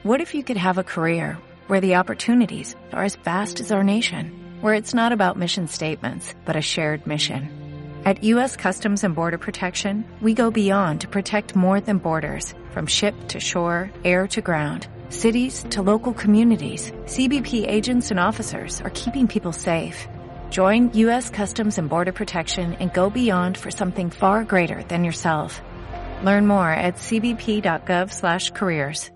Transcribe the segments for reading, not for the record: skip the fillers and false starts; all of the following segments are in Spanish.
What if you could have a career where the opportunities are as vast as our nation, where it's not about mission statements, but a shared mission? At U.S. Customs and Border Protection, we go beyond to protect more than borders, from ship to shore, air to ground, cities to local communities. CBP agents and officers are keeping people safe. Join U.S. Customs and Border Protection and go beyond for something far greater than yourself. Learn more at cbp.gov/careers.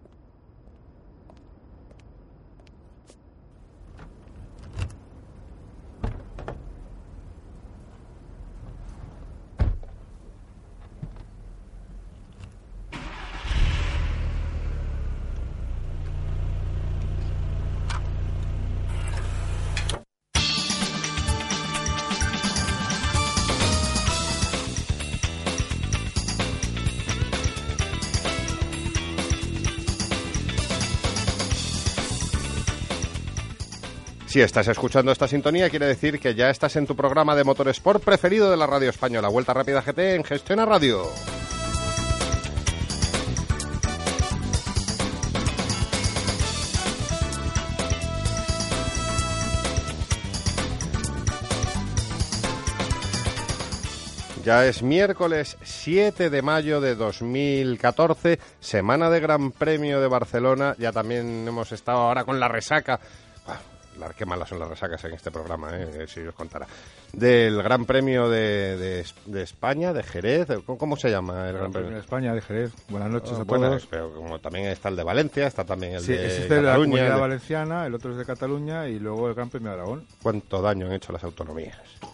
Si estás escuchando esta sintonía, quiere decir que ya estás en tu programa de motorsport preferido de la radio española, Vuelta Rápida GT en Gestiona Radio. Ya es miércoles 7 de mayo de 2014, semana de Gran Premio de Barcelona. Ya también hemos estado ahora con la resaca. Qué malas son las resacas en este programa, si os contara. Del Gran Premio de España, de Jerez. ¿Cómo se llama el Gran Premio de España, de Jerez? Buenas noches a todos. Pero como también está el de Valencia, está también el de Cataluña. Sí, de la Comunidad Valenciana, el otro es de Cataluña y luego el Gran Premio de Aragón. ¿Cuánto daño han hecho las autonomías?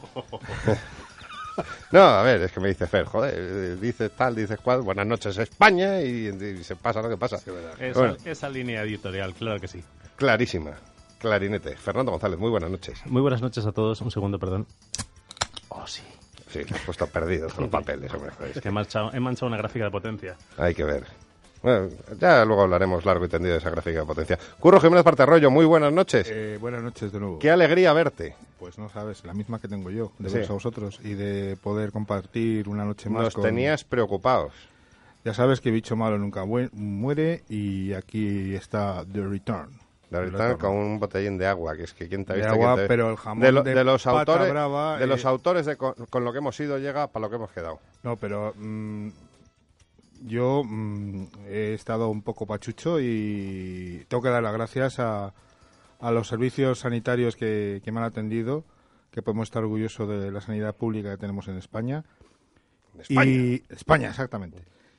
No, a ver, es que me dice Fer, joder, dices tal, dices cual, buenas noches España y se pasa lo que pasa. Sí, esa línea editorial, claro que sí. Clarísima. Clarinete. Fernando González, muy buenas noches. Muy buenas noches a todos. Un segundo, perdón. Oh, sí. Sí, te has puesto perdido con los papeles, hombre. Es que he manchado una gráfica de potencia. Hay que ver. Bueno, ya luego hablaremos largo y tendido de esa gráfica de potencia. Curro Jiménez Parterrollo, muy buenas noches. Buenas noches de nuevo. Qué alegría verte. Pues no sabes, la misma que tengo yo, de veros a vosotros y de poder compartir una noche más. Nos tenías preocupados. Ya sabes que bicho malo nunca muere y aquí está The Return. Con un botellín de agua, que es que quién te ha visto. De agua, pero el jamón de los autores, brava, de los autores de con lo que hemos ido llega para lo que hemos quedado. No, pero yo he estado un poco pachucho y tengo que dar las gracias a los servicios sanitarios que me han atendido, que podemos estar orgullosos de la sanidad pública que tenemos en España. España, exactamente.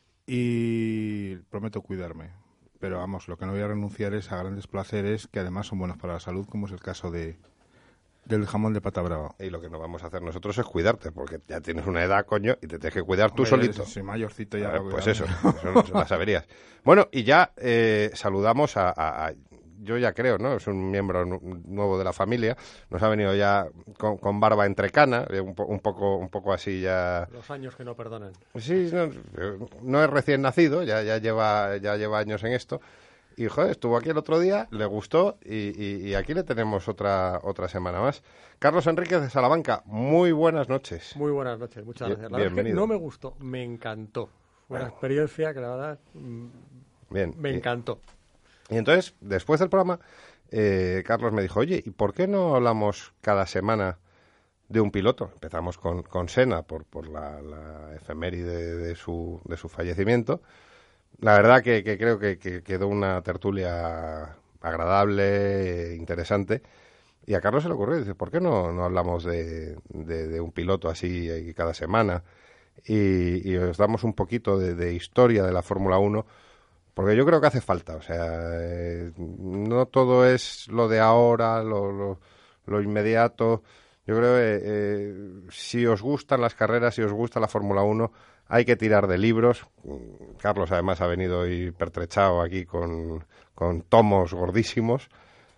Y prometo cuidarme. Pero vamos, lo que no voy a renunciar es a grandes placeres que además son buenos para la salud, como es el caso del jamón de pata brava. Y lo que no vamos a hacer nosotros es cuidarte, porque ya tienes una edad, coño, y te tienes que cuidar tú solito. Soy mayorcito ya. Pues eso las saberías. Bueno, y ya saludamos a yo ya creo, ¿no? Es un miembro nuevo de la familia. Nos ha venido ya con barba entrecana, un poco así ya. Los años que no perdonan. Sí, no es recién nacido, ya lleva años en esto. Y, joder, estuvo aquí el otro día, le gustó y aquí le tenemos otra semana más. Carlos Enríquez de Salamanca, muy buenas noches. Muy buenas noches, muchas gracias. La verdad es que no me gustó, me encantó. Fue una experiencia que la verdad me encantó. Y entonces, después del programa, Carlos me dijo, oye, ¿y por qué no hablamos cada semana de un piloto? Empezamos con Senna por la efeméride de su fallecimiento. La verdad que creo que quedó una tertulia agradable, interesante. Y a Carlos se le ocurrió, dice, ¿por qué no hablamos de un piloto así cada semana? Y os damos un poquito de historia de la Fórmula 1. Porque yo creo que hace falta, o sea, no todo es lo de ahora, lo inmediato. Yo creo que si os gustan las carreras, si os gusta la Fórmula 1, hay que tirar de libros. Carlos además ha venido hoy pertrechado aquí con tomos gordísimos.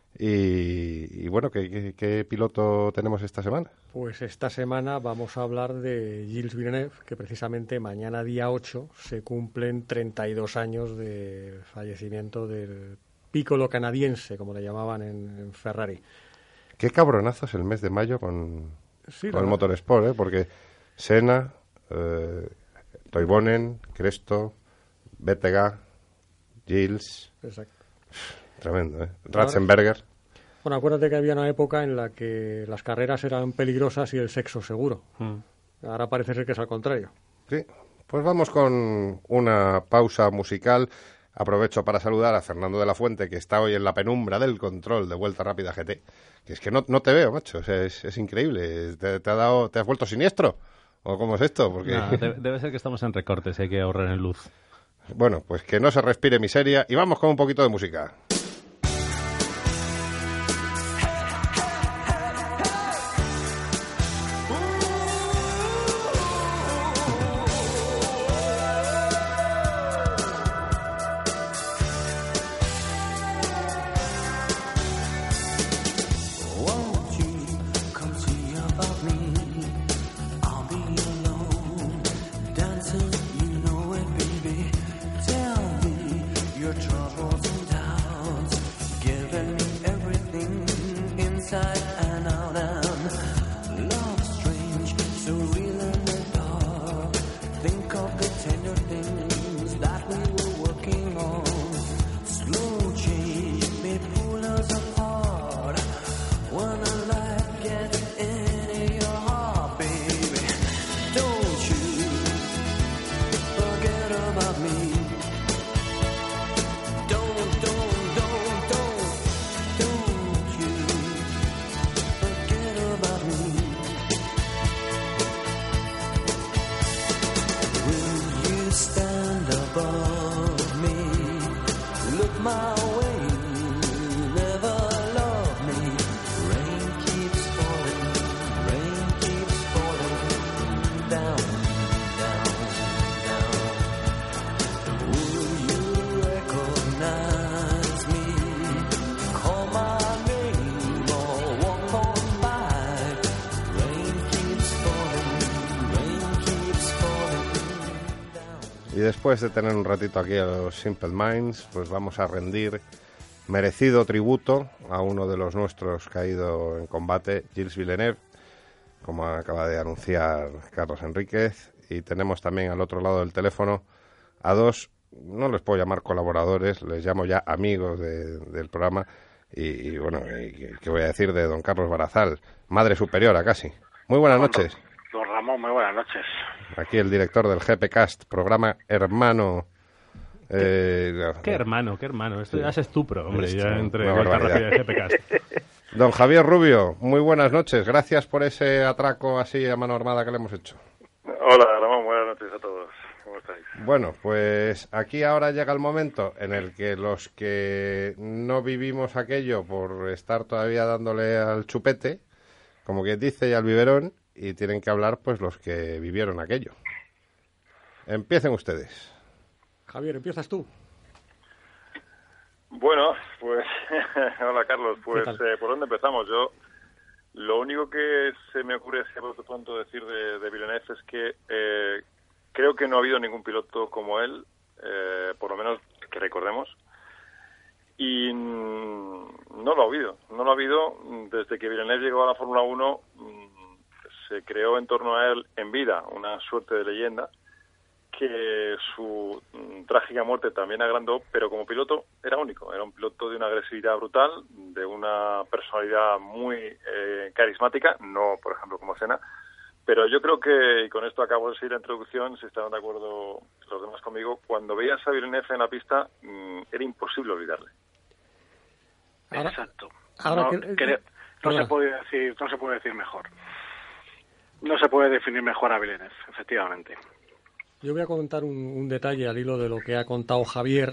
Y bueno, ¿qué piloto tenemos esta semana? Pues esta semana vamos a hablar de Gilles Villeneuve, que precisamente mañana día 8 se cumplen 32 años de fallecimiento del pícolo canadiense, como le llamaban en Ferrari. Qué cabronazo es el mes de mayo con el motorsport, porque Senna, Toivonen, Cresto, Bettega, Gilles. Exacto. Tremendo, ¿eh? Ratzenberger. Bueno, acuérdate que había una época en la que las carreras eran peligrosas y el sexo seguro. Ahora parece ser que es al contrario. Sí, pues vamos con una pausa musical. Aprovecho para saludar a Fernando de la Fuente, que está hoy en la penumbra del control de Vuelta Rápida GT. Que es que no te veo, macho, o sea, es increíble. ¿Te has vuelto siniestro? ¿O cómo es esto? Porque... No, debe ser que estamos en recortes, hay que ahorrar en luz. Bueno, pues que no se respire miseria y vamos con un poquito de música. Y después de tener un ratito aquí a los Simple Minds, pues vamos a rendir merecido tributo a uno de los nuestros caído en combate, Gilles Villeneuve, como acaba de anunciar Carlos Enríquez. Y tenemos también al otro lado del teléfono a dos, no les puedo llamar colaboradores, les llamo ya amigos del programa. Y bueno, ¿qué voy a decir de don Carlos Barazal? Madre superiora casi. Muy buenas noches. Don Ramón, muy buenas noches. Aquí el director del GPcast, programa hermano. ¿Qué hermano? Esto ya es estupro, hombre, ya entre Vuelta Rápida y GPcast. Don Javier Rubio, muy buenas noches. Gracias por ese atraco así a mano armada que le hemos hecho. Hola, Ramón, buenas noches a todos. ¿Cómo estáis? Bueno, pues aquí ahora llega el momento en el que los que no vivimos aquello por estar todavía dándole al chupete, como quien dice, y al biberón, y tienen que hablar pues los que vivieron aquello. Empiecen ustedes. Javier, ¿empiezas tú? Bueno, pues hola Carlos, pues ¿por dónde empezamos? Yo lo único que se me ocurre así por pronto decir de Villeneuve es que creo que no ha habido ningún piloto como él, por lo menos que recordemos, y no lo ha habido desde que Villeneuve llegó a la Fórmula 1. Se creó en torno a él en vida una suerte de leyenda que su trágica muerte también agrandó, pero como piloto era único. Era un piloto de una agresividad brutal, de una personalidad muy carismática, no, por ejemplo, como Senna. Pero yo creo que, y con esto acabo de seguir la introducción, si están de acuerdo los demás conmigo, cuando veías a Villeneuve en la pista, era imposible olvidarle. Exacto. Ahora no se puede decir mejor. No se puede definir mejor a Villeneuve, efectivamente. Yo voy a comentar un detalle al hilo de lo que ha contado Javier,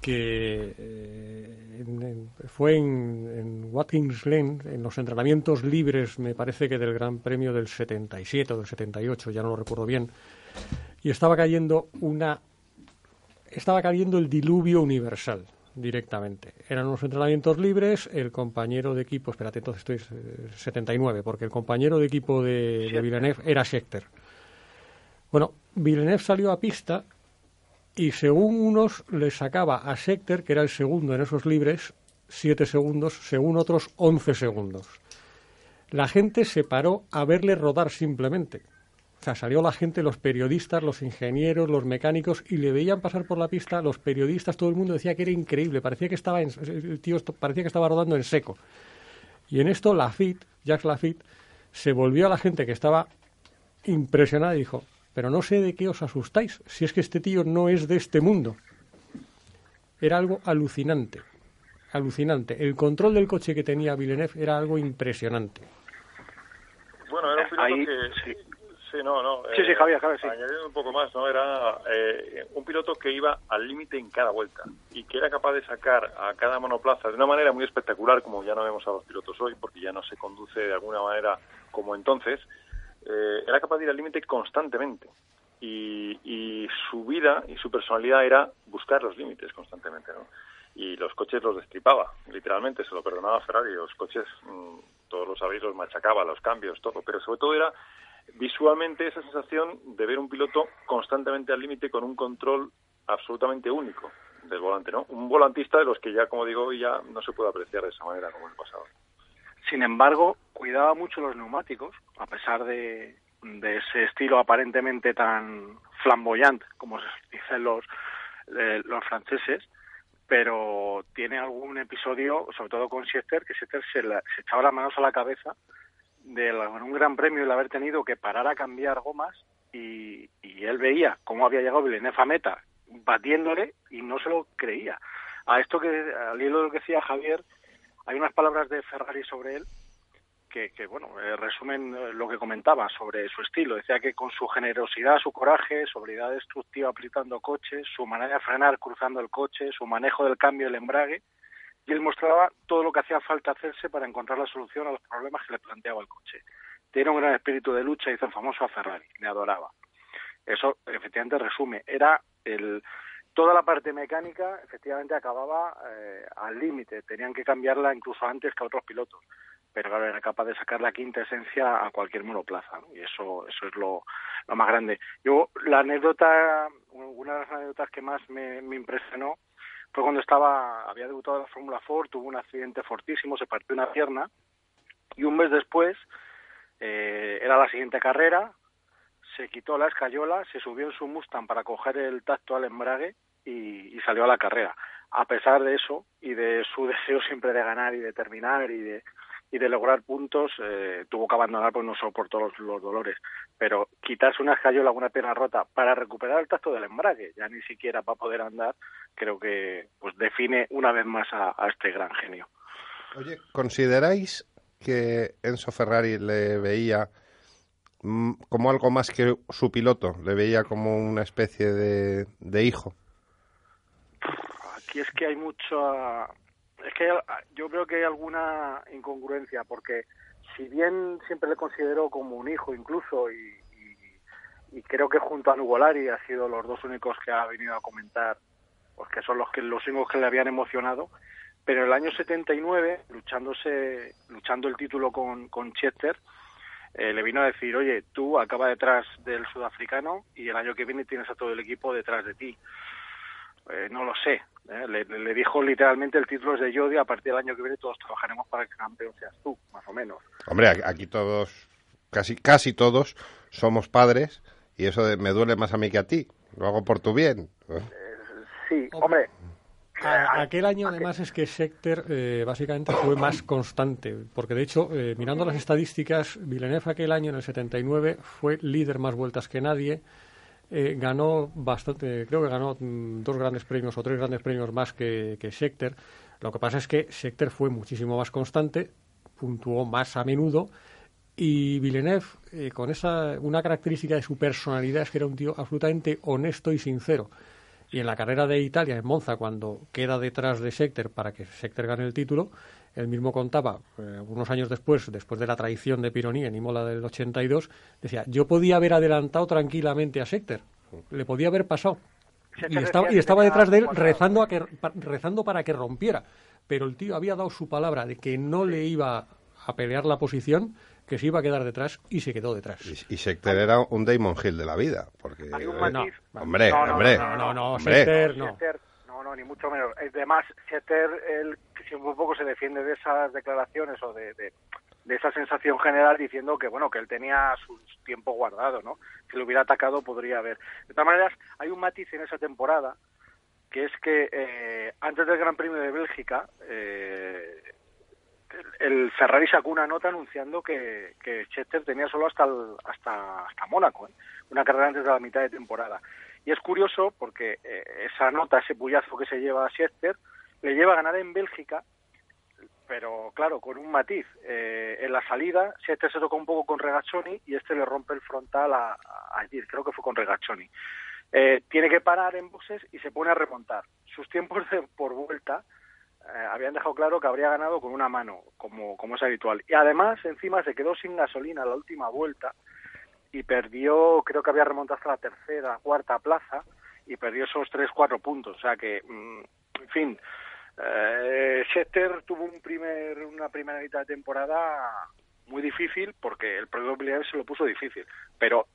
que fue en Watkins Glen, en los entrenamientos libres, me parece que del Gran Premio del 77 o del 78, ya no lo recuerdo bien, y estaba cayendo el diluvio universal directamente. Eran unos entrenamientos libres, el compañero de equipo, espérate, entonces estoy 79, porque el compañero de equipo de Villeneuve era Scheckter. Bueno, Villeneuve salió a pista y según unos le sacaba a Scheckter, que era el segundo en esos libres, 7 segundos, según otros 11 segundos. La gente se paró a verle rodar simplemente. O sea, salió la gente, los periodisas, los ingenieros, los mecánicos, y le veían pasar por la pista, los periodistas, todo el mundo decía que era increíble, parecía que estaba el tío parecía que estaba rodando en seco. Y en esto Jacques Laffite, se volvió a la gente que estaba impresionada y dijo, pero no sé de qué os asustáis, si es que este tío no es de este mundo. Era algo alucinante. El control del coche que tenía Villeneuve era algo impresionante. Bueno, era un piloto que... Sí, Javier, sí. Añadiendo un poco más, ¿no? Era un piloto que iba al límite en cada vuelta y que era capaz de sacar a cada monoplaza de una manera muy espectacular, como ya no vemos a los pilotos hoy, porque ya no se conduce de alguna manera como entonces. Era capaz de ir al límite constantemente. Y su vida y su personalidad era buscar los límites constantemente, ¿no? Y los coches los destripaba, literalmente, se lo perdonaba a Ferrari. Los coches, todos lo sabéis, los machacaba, los cambios, todo. Pero sobre todo era visualmente esa sensación de ver un piloto constantemente al límite con un control absolutamente único del volante, ¿no? Un volantista de los que ya, como digo, ya no se puede apreciar de esa manera como en el pasado. Sin embargo, cuidaba mucho los neumáticos, a pesar de ese estilo aparentemente tan flamboyante, como se dicen los franceses, pero tiene algún episodio, sobre todo con Scheckter, que Scheckter se echaba las manos a la cabeza en un gran premio el haber tenido que parar a cambiar gomas y él veía cómo había llegado Villeneuve a meta batiéndole y no se lo creía. A esto al hilo de lo que decía Javier, hay unas palabras de Ferrari sobre él que resumen lo que comentaba sobre su estilo. Decía que con su generosidad, su coraje, sobriedad destructiva aplicando coches, su manera de frenar cruzando el coche, su manejo del cambio y el embrague, y él mostraba todo lo que hacía falta hacerse para encontrar la solución a los problemas que le planteaba el coche. Tiene un gran espíritu de lucha, hizo famoso a Ferrari, le adoraba. Eso efectivamente resume. Toda la parte mecánica efectivamente acababa al límite, tenían que cambiarla incluso antes que a otros pilotos, pero claro, era capaz de sacar la quinta esencia a cualquier monoplaza, ¿no? Y eso es lo más grande. Una de las anécdotas que más me impresionó fue cuando había debutado en la Fórmula Ford, tuvo un accidente fortísimo, se partió una pierna, y un mes después era la siguiente carrera, se quitó la escayola, se subió en su Mustang para coger el tacto al embrague y salió a la carrera. A pesar de eso y de su deseo siempre de ganar y de terminar y de lograr puntos, tuvo que abandonar porque no soportó los dolores. Pero quitarse una escayola o una pierna rota para recuperar el tacto del embrague, ya ni siquiera para poder andar, creo que pues define una vez más a este gran genio. Oye, ¿consideráis que Enzo Ferrari le veía como algo más que su piloto? ¿Le veía como una especie de hijo? Aquí es que hay mucha... yo creo que hay alguna incongruencia, porque si bien siempre le consideró como un hijo incluso, y creo que junto a Nuvolari ha sido los dos únicos que ha venido a comentar, pues que son los únicos que le habían emocionado, pero en el año 79, luchando el título con Scheckter, le vino a decir, oye, tú acaba detrás del sudafricano y el año que viene tienes a todo el equipo detrás de ti. No lo sé. Le dijo literalmente, el título es de Jody, a partir del año que viene todos trabajaremos para que el campeón seas tú, más o menos. Hombre, aquí todos, casi todos, somos padres, y eso me duele más a mí que a ti. Lo hago por tu bien. Sí, hombre. Aquel año además es que Scheckter básicamente fue más constante, porque de hecho, mirando las estadísticas, Villeneuve aquel año en el 79 fue líder más vueltas que nadie, ganó bastante, creo que ganó 2 grandes premios o 3 grandes premios más que Scheckter. Lo que pasa es que Scheckter fue muchísimo más constante, puntuó más a menudo, y Villeneuve, con una característica de su personalidad, es que era un tío absolutamente honesto y sincero. Y en la carrera de Italia, en Monza, cuando queda detrás de Scheckter para que Scheckter gane el título, él mismo contaba, unos años después de la traición de Pironi en Imola del 82, decía, yo podía haber adelantado tranquilamente a Scheckter, le podía haber pasado. Y estaba detrás de él rezando para que rompiera. Pero el tío había dado su palabra de que no le iba a pelear la posición, que se iba a quedar detrás, y se quedó detrás. Y Scheckter era un Damon Hill de la vida. Porque, hay un matiz. Hombre. Scheckter no. No, ni mucho menos. Además, Scheckter, él un poco se defiende de esas declaraciones o de esa sensación general diciendo que, bueno, que él tenía su tiempo guardado, ¿no? Si lo hubiera atacado podría haber. De todas maneras, hay un matiz en esa temporada, que es que antes del Gran Premio de Bélgica, el Ferrari sacó una nota anunciando que Scheckter tenía solo hasta Mónaco, una carrera antes de la mitad de temporada. Y es curioso porque esa nota, ese puyazo que se lleva a Scheckter, le lleva a ganar en Bélgica, pero claro, con un matiz. En la salida, Scheckter se tocó un poco con Regazzoni y le rompe el frontal a Gilles, creo que fue con Regazzoni. Tiene que parar en boxes y se pone a remontar. Sus tiempos por vuelta habían dejado claro que habría ganado con una mano, como es habitual. Y además, encima, se quedó sin gasolina a la última vuelta y perdió, creo que había remontado hasta la tercera, cuarta plaza, y perdió esos 3-4 puntos. O sea que, en fin, Scheckter tuvo una primera mitad de temporada muy difícil porque el propio Villeneuve se lo puso difícil. Pero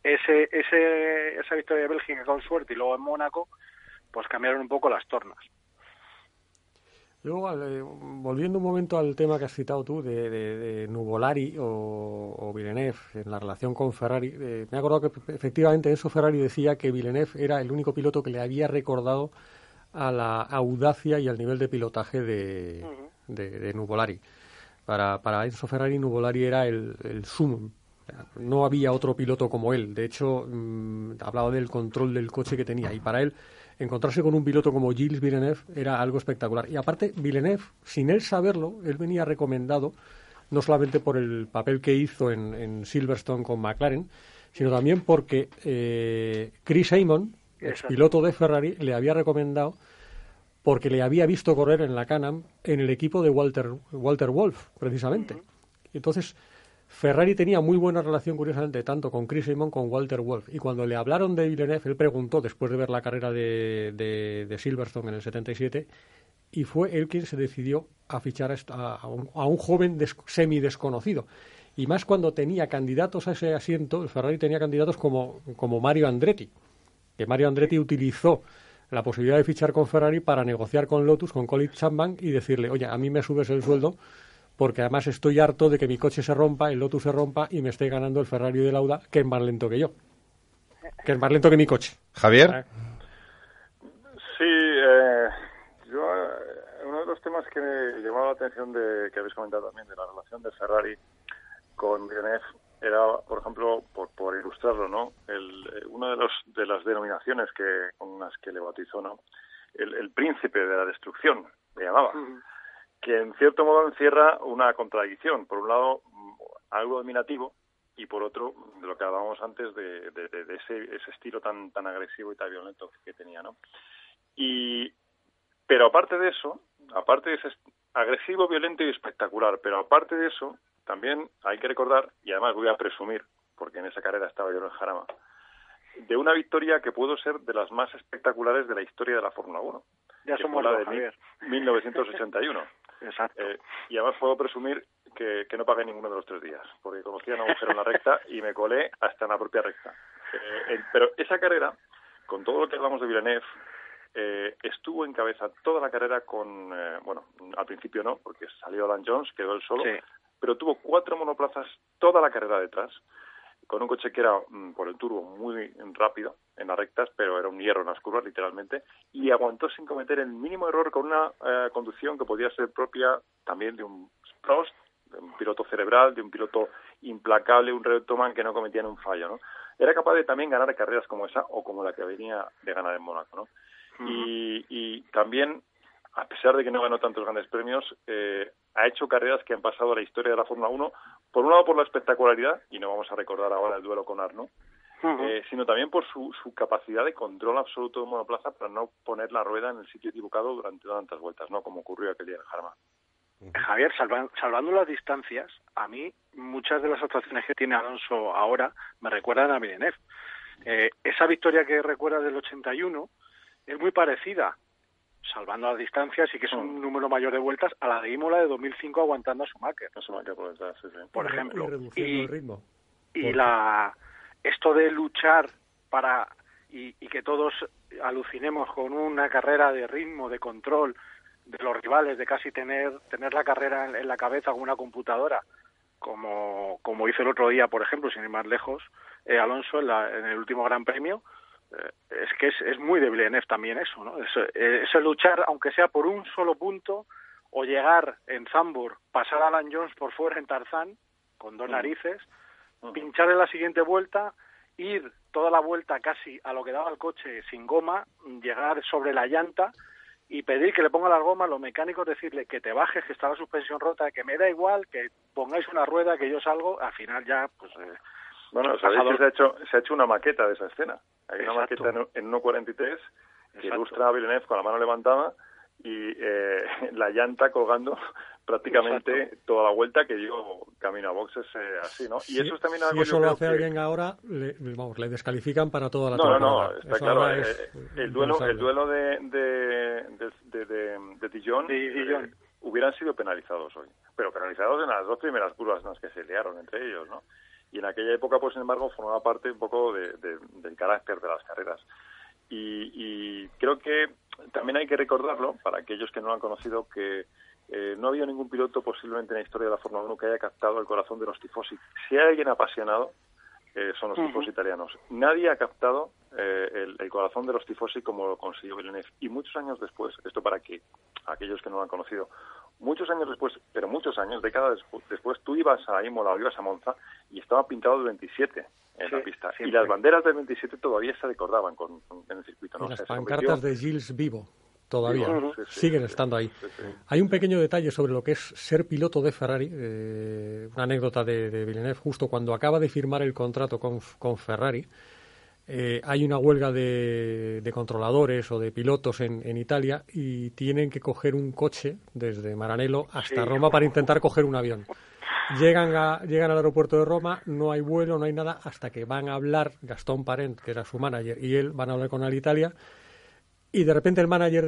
esa victoria de Bélgica con suerte y luego en Mónaco, pues cambiaron un poco las tornas. Luego, volviendo un momento al tema que has citado tú de Nuvolari o Villeneuve en la relación con Ferrari, me he acordado que efectivamente Enzo Ferrari decía que Villeneuve era el único piloto que le había recordado a la audacia y al nivel de pilotaje de Nuvolari. Para Enzo Ferrari, Nuvolari era el sumum. No había otro piloto como él. De hecho, hablaba del control del coche que tenía. Y para él, encontrarse con un piloto como Gilles Villeneuve era algo espectacular. Y aparte, Villeneuve, sin él saberlo, él venía recomendado, no solamente por el papel que hizo en Silverstone con McLaren, sino también porque Chris Amon, expiloto de Ferrari, le había recomendado porque le había visto correr en la Can-Am en el equipo de Walter Wolf, precisamente. Entonces, Ferrari tenía muy buena relación, curiosamente, tanto con Chris Amon como con Walter Wolf. Y cuando le hablaron de Villeneuve, él preguntó, después de ver la carrera de Silverstone en el 77, y fue él quien se decidió a fichar a un joven semi-desconocido. Y más cuando tenía candidatos a ese asiento, el Ferrari tenía candidatos como Mario Andretti, que Mario Andretti utilizó la posibilidad de fichar con Ferrari para negociar con Lotus, con Colin Chapman, y decirle, oye, a mí me subes el sueldo porque además estoy harto de que mi coche se rompa, el Lotus se rompa y me esté ganando el Ferrari de Lauda, que es más lento que yo, que es más lento que mi coche. ¿Javier? Sí, uno de los temas que me llamó la atención que habéis comentado también de la relación de Ferrari con Villeneuve era, por ejemplo, por ilustrarlo, ¿no? Una de las denominaciones con las que le bautizó, ¿no? El príncipe de la destrucción, le llamaba, que en cierto modo encierra una contradicción. Por un lado, algo dominativo, y por otro, de lo que hablábamos antes, de ese estilo tan agresivo y tan violento que tenía, ¿no? Pero aparte de eso, aparte de ese agresivo, violento y espectacular, pero aparte de eso, también hay que recordar, y además voy a presumir, porque en esa carrera estaba yo en el Jarama, de una victoria que pudo ser de las más espectaculares de la historia de la Fórmula 1. Ya somos la de 1981. Exacto. Y además puedo presumir que no pagué ninguno de los 3 días, porque conocía un agujero en la recta y me colé hasta en la propia recta. Pero esa carrera, con todo lo que hablamos de Villeneuve, estuvo en cabeza toda la carrera con, al principio no, porque salió Alan Jones, quedó él solo, sí, pero tuvo 4 monoplazas toda la carrera detrás, con un coche que era por el turbo muy rápido en las rectas, pero era un hierro en las curvas literalmente, y aguantó sin cometer el mínimo error con una conducción que podía ser propia también de un Prost, de un piloto cerebral, de un piloto implacable, un Reutemann que no cometía un fallo, ¿no? Era capaz de también ganar carreras como esa o como la que venía de ganar en Mónaco, ¿no? Y también, a pesar de que no ganó tantos grandes premios, ha hecho carreras que han pasado a la historia de la Fórmula 1, por un lado por la espectacularidad, y no vamos a recordar ahora el duelo con Arnaud, sino también por su capacidad de control absoluto de monoplaza para no poner la rueda en el sitio equivocado durante tantas vueltas, ¿no? Como ocurrió aquel día en Jarama. Javier, salvando las distancias, a mí muchas de las actuaciones que tiene Alonso ahora me recuerdan a Villeneuve. Esa victoria que recuerda del 81 es muy parecida, salvando las distancias y que es un número mayor de vueltas, a la de Imola de 2005 aguantando a Schumacher. Por ejemplo. Y reduciendo el ritmo. Y esto de luchar para y que todos alucinemos con una carrera de ritmo, de control de los rivales, de casi tener la carrera en la cabeza como una computadora, como hizo el otro día, por ejemplo, sin ir más lejos, Alonso en el último Gran Premio. Es que es muy de Villeneuve también eso, ¿no? Eso luchar, aunque sea por un solo punto, o llegar en Zandvoort, pasar a Alan Jones por fuera en Tarzán, con dos narices, pinchar en la siguiente vuelta, ir toda la vuelta casi a lo que daba el coche sin goma, llegar sobre la llanta y pedir que le ponga las gomas, los mecánicos decirle que te bajes, que está la suspensión rota, que me da igual, que pongáis una rueda, que yo salgo, al final ya, pues... bueno, sabéis que se ha hecho una maqueta de esa escena. Hay una maqueta en 1.43 que ilustra a Villeneuve con la mano levantada y la llanta colgando prácticamente toda la vuelta que dio camino a boxes así, ¿no? Y eso es también algo... Si eso lo hace alguien ahora, le descalifican para toda la temporada. No, está eso claro. El duelo de Dijon hubieran sido penalizados hoy, pero penalizados en las dos primeras curvas en las que se liaron entre ellos, ¿no? Y en aquella época, pues sin embargo, formaba parte un poco del carácter de las carreras. Y creo que también hay que recordarlo, para aquellos que no lo han conocido, que no ha habido ningún piloto posiblemente en la historia de la Fórmula 1 que haya captado el corazón de los tifosi. Si hay alguien apasionado, son los tifosi italianos. Nadie ha captado el corazón de los tifosi como lo consiguió Villeneuve. Y muchos años después, esto para que aquellos que no lo han conocido, muchos años después, pero muchos años, décadas después, tú ibas a Imola o ibas a Monza y estaba pintado el 27 en la pista. Siempre. Y las banderas del 27 todavía se recordaban en el circuito, ¿no? Y las pancartas de Gilles Vivo todavía siguen estando ahí. Hay un pequeño detalle sobre lo que es ser piloto de Ferrari, una anécdota de Villeneuve, justo cuando acaba de firmar el contrato con Ferrari. Hay una huelga de controladores o de pilotos en Italia y tienen que coger un coche desde Maranello hasta Roma para intentar coger un avión. Llegan al aeropuerto de Roma, no hay vuelo, no hay nada, hasta que van a hablar Gastón Parent, que era su manager, y él van a hablar con Alitalia, y de repente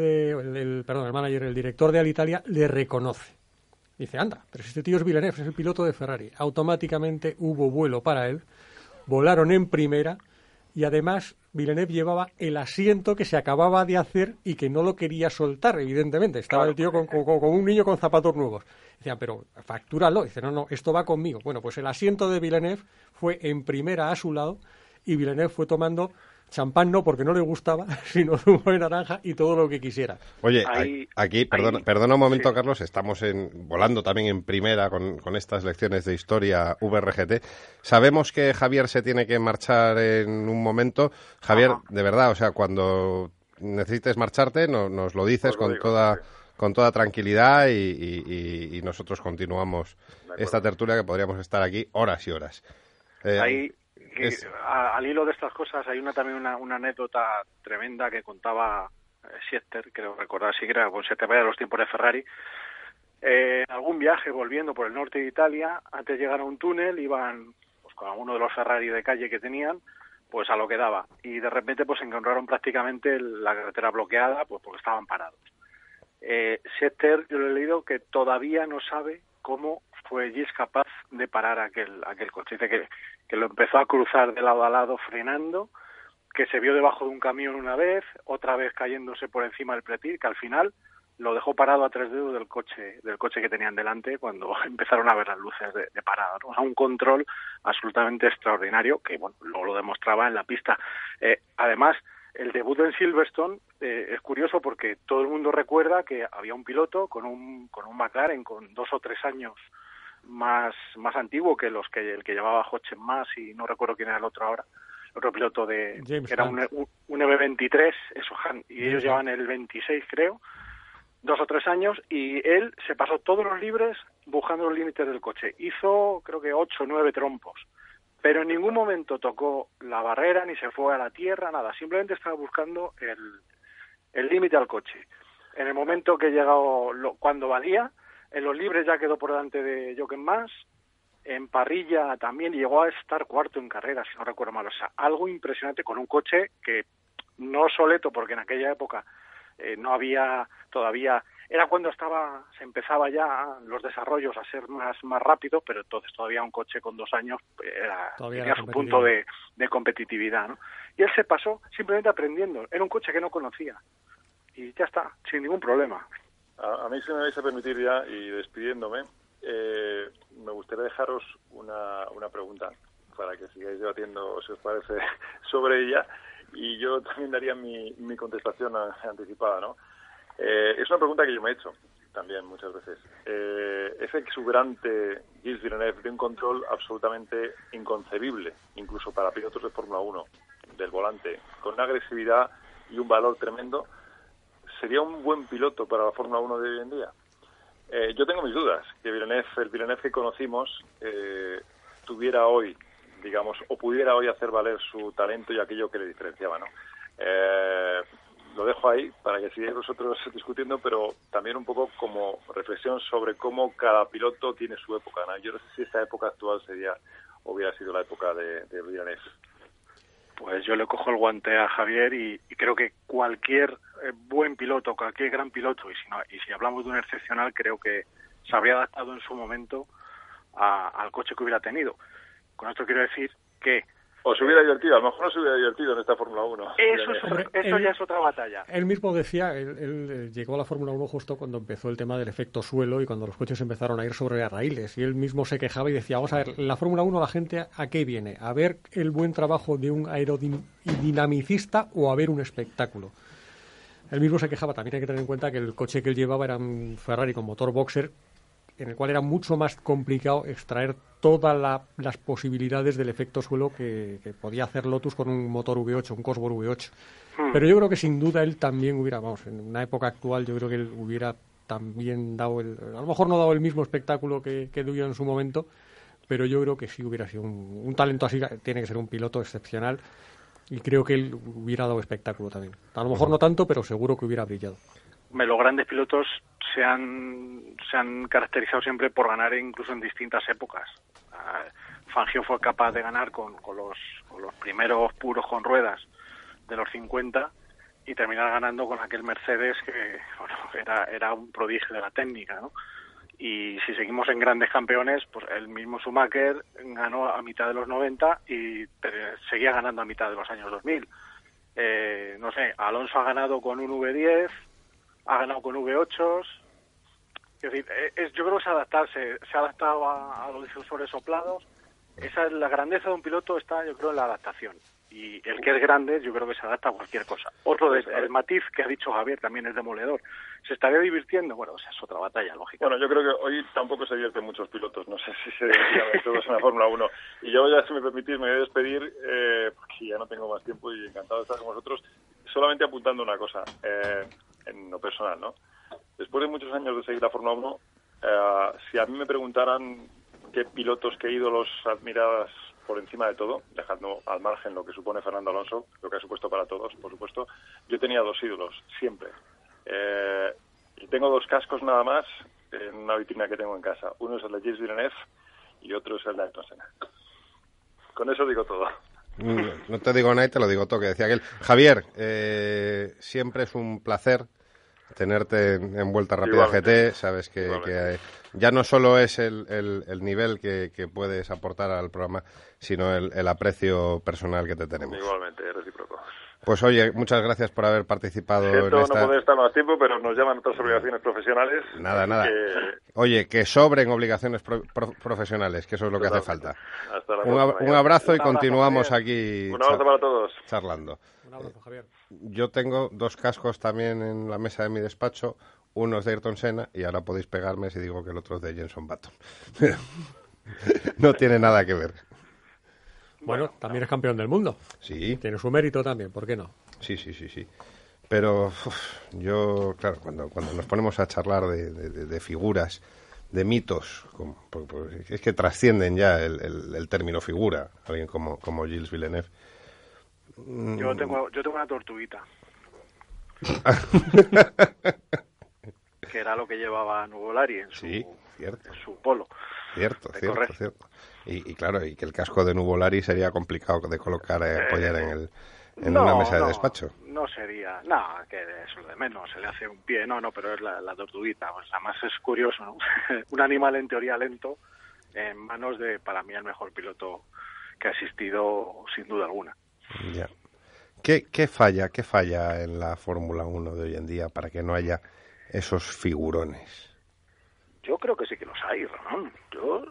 el director de Alitalia le reconoce. Dice, anda, pero si este tío es Villeneuve, es el piloto de Ferrari. Automáticamente hubo vuelo para él, volaron en primera, y además Villeneuve llevaba el asiento que se acababa de hacer y que no lo quería soltar, evidentemente. Estaba el tío con un niño con zapatos nuevos. Decían, pero factúralo. Dice, no, esto va conmigo. Bueno, pues el asiento de Villeneuve fue en primera a su lado y Villeneuve fue tomando champán, no porque no le gustaba, sino zumo de naranja y todo lo que quisiera. Oye, aquí, perdona un momento, sí. Carlos, estamos volando también en primera con estas lecciones de historia VRGT. Sabemos que Javier se tiene que marchar en un momento. Javier, de verdad, o sea, cuando necesites marcharte, nos lo dices con toda tranquilidad y nosotros continuamos esta tertulia que podríamos estar aquí horas y horas. Al hilo de estas cosas hay también una anécdota tremenda que contaba Scheckter, creo recordar, sí que era con Scheckter de los tiempos de Ferrari. En algún viaje volviendo por el norte de Italia, antes de llegar a un túnel, iban pues con alguno de los Ferrari de calle que tenían, pues a lo que daba. Y de repente pues encontraron prácticamente la carretera bloqueada, pues porque estaban parados. Scheckter, yo lo he leído, que todavía no sabe cómo fue Gilles capaz de parar aquel coche. Dice que lo empezó a cruzar de lado a lado frenando, que se vio debajo de un camión una vez, otra vez cayéndose por encima del pretil, que al final lo dejó parado a 3 dedos del coche que tenían delante cuando empezaron a ver las luces de parada, ¿no? O sea, un control absolutamente extraordinario que, bueno, luego lo demostraba en la pista. Además, el debut en Silverstone es curioso porque todo el mundo recuerda que había un piloto con un McLaren con 2 o 3 años más antiguo que el que llevaba Hockenmass y no recuerdo quién era el otro ahora, otro piloto que era un EV23, eso, y ellos llevan el 26 creo, 2 o 3 años, y él se pasó todos los libres buscando los límites del coche. Hizo creo que 8 o 9 trompos, pero en ningún momento tocó la barrera ni se fue a la tierra, nada, simplemente estaba buscando el límite al coche. En el momento que llegó, cuando valía, en los libres ya quedó por delante de Hockenmass, en parrilla también llegó a estar cuarto en carrera, si no recuerdo mal. O sea, algo impresionante con un coche que no obsoleto, porque en aquella época no había todavía... Era cuando se empezaba ya los desarrollos a ser más rápidos, pero entonces todavía un coche con 2 años tenía su punto de competitividad, ¿no? Y él se pasó simplemente aprendiendo. Era un coche que no conocía. Y ya está, sin ningún problema. A mí, si me vais a permitir ya, y despidiéndome, me gustaría dejaros una pregunta para que sigáis debatiendo, si os parece, sobre ella, y yo también daría mi contestación anticipada, ¿no? Es una pregunta que yo me he hecho también muchas veces. Ese exuberante Gilles Villeneuve de un control absolutamente inconcebible, incluso para pilotos de Fórmula 1, del volante, con una agresividad y un valor tremendo, ¿sería un buen piloto para la Fórmula 1 de hoy en día? Yo tengo mis dudas que el Villeneuve que conocimos tuviera hoy, digamos, o pudiera hoy hacer valer su talento y aquello que le diferenciaba, ¿no? Lo dejo ahí para que sigáis vosotros discutiendo, pero también un poco como reflexión sobre cómo cada piloto tiene su época, ¿no? Yo no sé si esta época actual hubiera sido la época de Villeneuve. Pues yo le cojo el guante a Javier y creo que cualquier buen piloto, cualquier gran piloto, y si hablamos de un excepcional, creo que se habría adaptado en su momento al coche que hubiera tenido. Con esto quiero decir que... O se hubiera divertido, a lo mejor no se hubiera divertido en esta Fórmula 1. Eso ya es otra batalla. Él mismo decía, él llegó a la Fórmula 1 justo cuando empezó el tema del efecto suelo y cuando los coches empezaron a ir sobre raíles. Y él mismo se quejaba y decía, vamos a ver, en la Fórmula 1 la gente ¿a qué viene? ¿A ver el buen trabajo de un aerodinamicista o a ver un espectáculo? Él mismo se quejaba, también hay que tener en cuenta que el coche que él llevaba era un Ferrari con motor boxer, en el cual era mucho más complicado extraer todas las posibilidades del efecto suelo que podía hacer Lotus con un motor V8, un Cosworth V8. Pero yo creo que sin duda él también hubiera, en una época actual, yo creo que él hubiera también dado a lo mejor no dado el mismo espectáculo que dio en su momento, pero yo creo que sí hubiera sido un talento así, tiene que ser un piloto excepcional, y creo que él hubiera dado espectáculo también. A lo mejor no tanto, pero seguro que hubiera brillado. Los grandes pilotos se han caracterizado siempre por ganar incluso en distintas épocas. Fangio fue capaz de ganar con los primeros puros con ruedas de los 50 y terminar ganando con aquel Mercedes que era un prodigio de la técnica, ¿no? Y si seguimos en grandes campeones, pues el mismo Schumacher ganó a mitad de los 90 y seguía ganando a mitad de los años 2000. No sé, Alonso ha ganado con un V10, ha ganado con V8s. Es decir, yo creo que se ha adaptado a los difusores soplados. Esa es la grandeza de un piloto, está yo creo en la adaptación. Y el que es grande yo creo que se adapta a cualquier cosa. El matiz que ha dicho Javier también es demoledor. ¿Se estaría divirtiendo? Bueno, esa es otra batalla, lógica. Bueno, yo creo que hoy tampoco se divierten muchos pilotos. No sé si se divierten todos en la Fórmula 1. Y yo ya, si me permitís, me voy a despedir, porque ya no tengo más tiempo y encantado de estar con vosotros. Solamente apuntando una cosa, en lo personal, ¿no? Después de muchos años de seguir la Fórmula 1, si a mí me preguntaran qué pilotos, qué ídolos admiradas por encima de todo, dejando al margen lo que supone Fernando Alonso, lo que ha supuesto para todos, por supuesto, yo tenía dos ídolos, siempre. Y tengo dos cascos nada más en una vitrina que tengo en casa. Uno es el de Gilles Villeneuve y otro es el de Ayrton Senna. Con eso digo todo. No te digo nada y te lo digo todo, que decía aquel. Javier, siempre es un placer tenerte en Vuelta Rápida GT. Sabes que ya no solo es el nivel que puedes aportar al programa, sino el aprecio personal que te tenemos. Igualmente, recíproco. Pues oye, muchas gracias por haber participado en esta... no poder estar más tiempo, pero nos llaman otras obligaciones profesionales. Nada. Oye, que sobren obligaciones profesionales, que eso es lo que hace falta. Hasta la próxima. Un abrazo y continuamos aquí. Un abrazo para todos. Charlando. Un abrazo, Javier. Yo tengo dos cascos también en la mesa de mi despacho. Uno es de Ayrton Senna y ahora podéis pegarme si digo que el otro es de Jenson Button. No tiene nada que ver. Bueno, también es campeón del mundo. Sí. Tiene su mérito también, ¿por qué no? Sí. Pero yo, claro, cuando nos ponemos a charlar de figuras, de mitos, es que trascienden ya el término figura, alguien como Gilles Villeneuve. Yo tengo una tortuguita. Que era lo que llevaba Nuvolari en su polo. Cierto. Y claro, y que el casco de Nuvolari sería complicado de colocar, apoyar en una mesa de despacho. No sería, que eso de menos, se le hace un pie, pero es la tortuguita. Pues además es curioso, ¿no? Un animal en teoría lento en manos de, para mí, el mejor piloto que ha existido sin duda alguna. Ya. ¿Qué falla en la Fórmula 1 de hoy en día para que no haya esos figurones? Yo creo que sí que los hay, Ramón.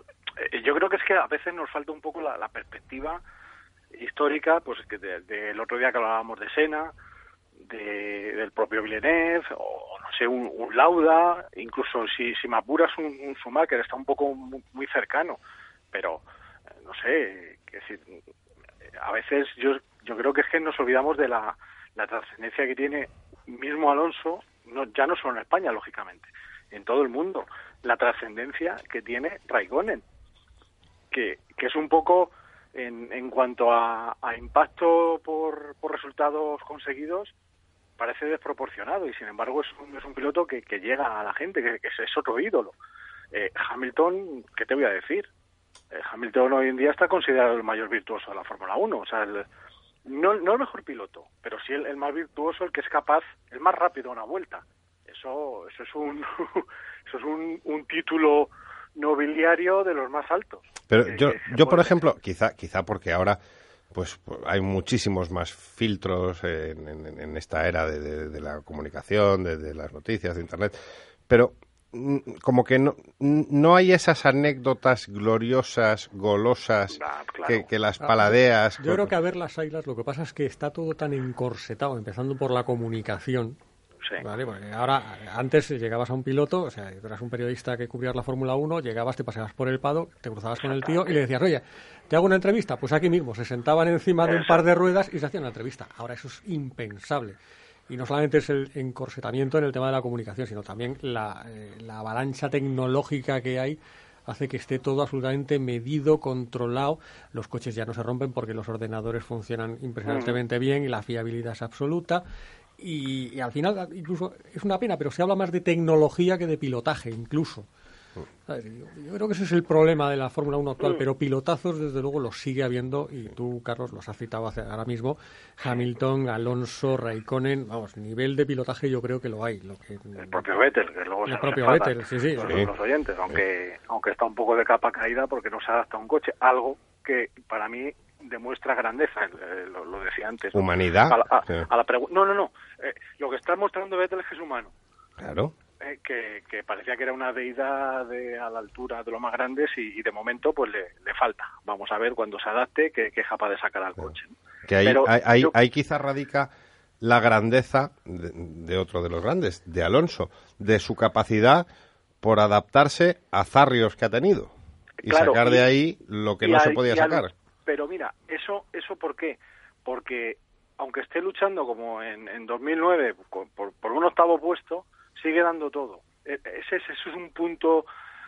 yo creo que es que a veces nos falta un poco la perspectiva histórica, pues que del otro día que hablábamos de Senna, del propio Villeneuve, o no sé, un Lauda, incluso si me apuras un Schumacher, está un poco muy cercano, pero no sé, es decir, a veces yo creo que es que nos olvidamos de la trascendencia que tiene mismo Alonso, ya no solo en España, lógicamente, en todo el mundo, la trascendencia que tiene Raikkonen, que es un poco en cuanto a impacto por resultados conseguidos, parece desproporcionado, y sin embargo es un piloto que llega a la gente, que es otro ídolo. Hamilton, ¿qué te voy a decir? Hamilton hoy en día está considerado el mayor virtuoso de la Fórmula 1, o sea, no el mejor piloto, pero sí el más virtuoso, el que es capaz, el más rápido a una vuelta. Eso es un eso es un título nobiliario de los más altos. Pero yo por ejemplo, quizá porque ahora pues hay muchísimos más filtros en esta era de la comunicación, de las noticias, de Internet, pero como que no hay esas anécdotas gloriosas, golosas, claro, que las paladeas. Yo creo que a ver las águilas, lo que pasa es que está todo tan encorsetado, empezando por la comunicación. Sí. Vale, porque ahora, antes llegabas a un piloto, o sea, tú eras un periodista que cubrías la Fórmula 1, llegabas, te paseabas por el paddock, te cruzabas con el tío y le decías, oye, ¿te hago una entrevista? Pues aquí mismo, se sentaban encima de un par de ruedas y se hacían la entrevista. Ahora eso es impensable. Y no solamente es el encorsetamiento en el tema de la comunicación, sino también la avalancha tecnológica que hay hace que esté todo absolutamente medido, controlado. Los coches ya no se rompen porque los ordenadores funcionan impresionantemente bien y la fiabilidad es absoluta. Y al final, incluso, es una pena, pero se habla más de tecnología que de pilotaje, incluso. Yo creo que ese es el problema de la Fórmula 1 actual, pero pilotazos, desde luego, los sigue habiendo, y tú, Carlos, los has citado ahora mismo. Hamilton, Alonso, Raikkonen, vamos, nivel de pilotaje yo creo que lo hay. El propio Vettel, que luego el propio Vettel, sí. Los oyentes, aunque está un poco de capa caída porque no se adapta a un coche, algo que para mí demuestra grandeza, lo decía antes. Humanidad. No. Lo que está mostrando Vettel es que es humano. Claro. Que parecía que era una deidad a la altura de los más grandes y de momento pues le falta. Vamos a ver cuando se adapte que es capaz de sacar al coche, ¿no? Que ahí quizás radica la grandeza de otro de los grandes, de Alonso, de su capacidad por adaptarse a zarrios que ha tenido y sacar de ahí lo que no se podía sacar. Pero mira, eso ¿por qué? Porque aunque esté luchando como en 2009 por un octavo puesto, sigue dando todo. Ese es un punto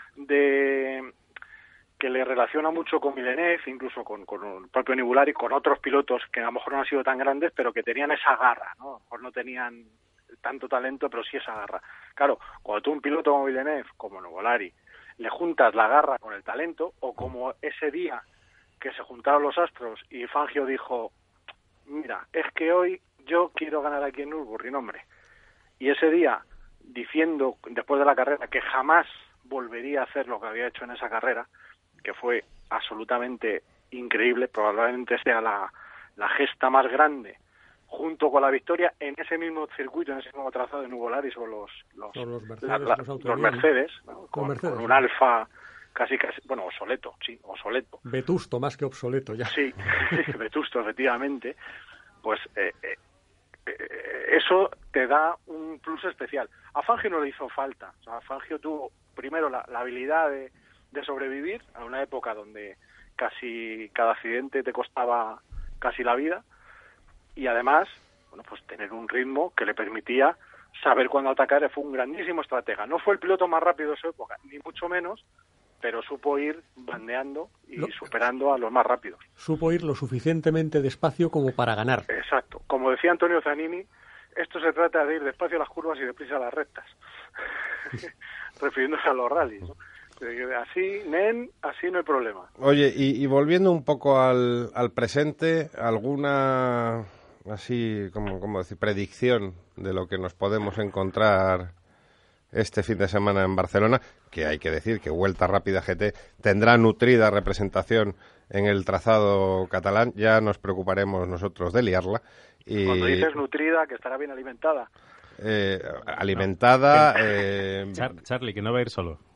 que le relaciona mucho con Villeneuve, incluso con el propio Nibulari, con otros pilotos que a lo mejor no han sido tan grandes, pero que tenían esa garra, ¿no? A lo mejor no tenían tanto talento, pero sí esa garra. Claro, cuando tú un piloto como Villeneuve, como Nibulari, le juntas la garra con el talento, o como ese día que se juntaron los astros y Fangio dijo, mira, es que hoy yo quiero ganar aquí en Nürburgring, hombre. Y ese día, diciendo después de la carrera que jamás volvería a hacer lo que había hecho en esa carrera, que fue absolutamente increíble, probablemente sea la gesta más grande, junto con la victoria en ese mismo circuito, en ese mismo trazado de Nuvolari sobre los Mercedes, ¿no? con un Alfa casi, bueno, obsoleto. Vetusto, más que obsoleto ya. Sí, vetusto, efectivamente. Pues eso te da un plus especial. A Fangio no le hizo falta. O sea, Fangio tuvo primero la habilidad de sobrevivir a una época donde casi cada accidente te costaba casi la vida, y además, bueno, pues tener un ritmo que le permitía saber cuándo atacar. Fue un grandísimo estratega. No fue el piloto más rápido de su época, ni mucho menos, pero supo ir bandeando y superando a los más rápidos. Supo ir lo suficientemente despacio como para ganar. Exacto. Como decía Antonio Zanini, esto se trata de ir despacio a las curvas y deprisa a las rectas. Refiriéndose a los rallies, ¿no? Así no hay problema. Oye, y volviendo un poco al presente, ¿alguna así, como decir, predicción de lo que nos podemos encontrar este fin de semana en Barcelona? Que hay que decir que Vuelta Rápida GT tendrá nutrida representación en el trazado catalán. Ya nos preocuparemos nosotros de liarla. Y cuando dices nutrida, que estará bien alimentada. Alimentada. Charlie, que no va a ir solo.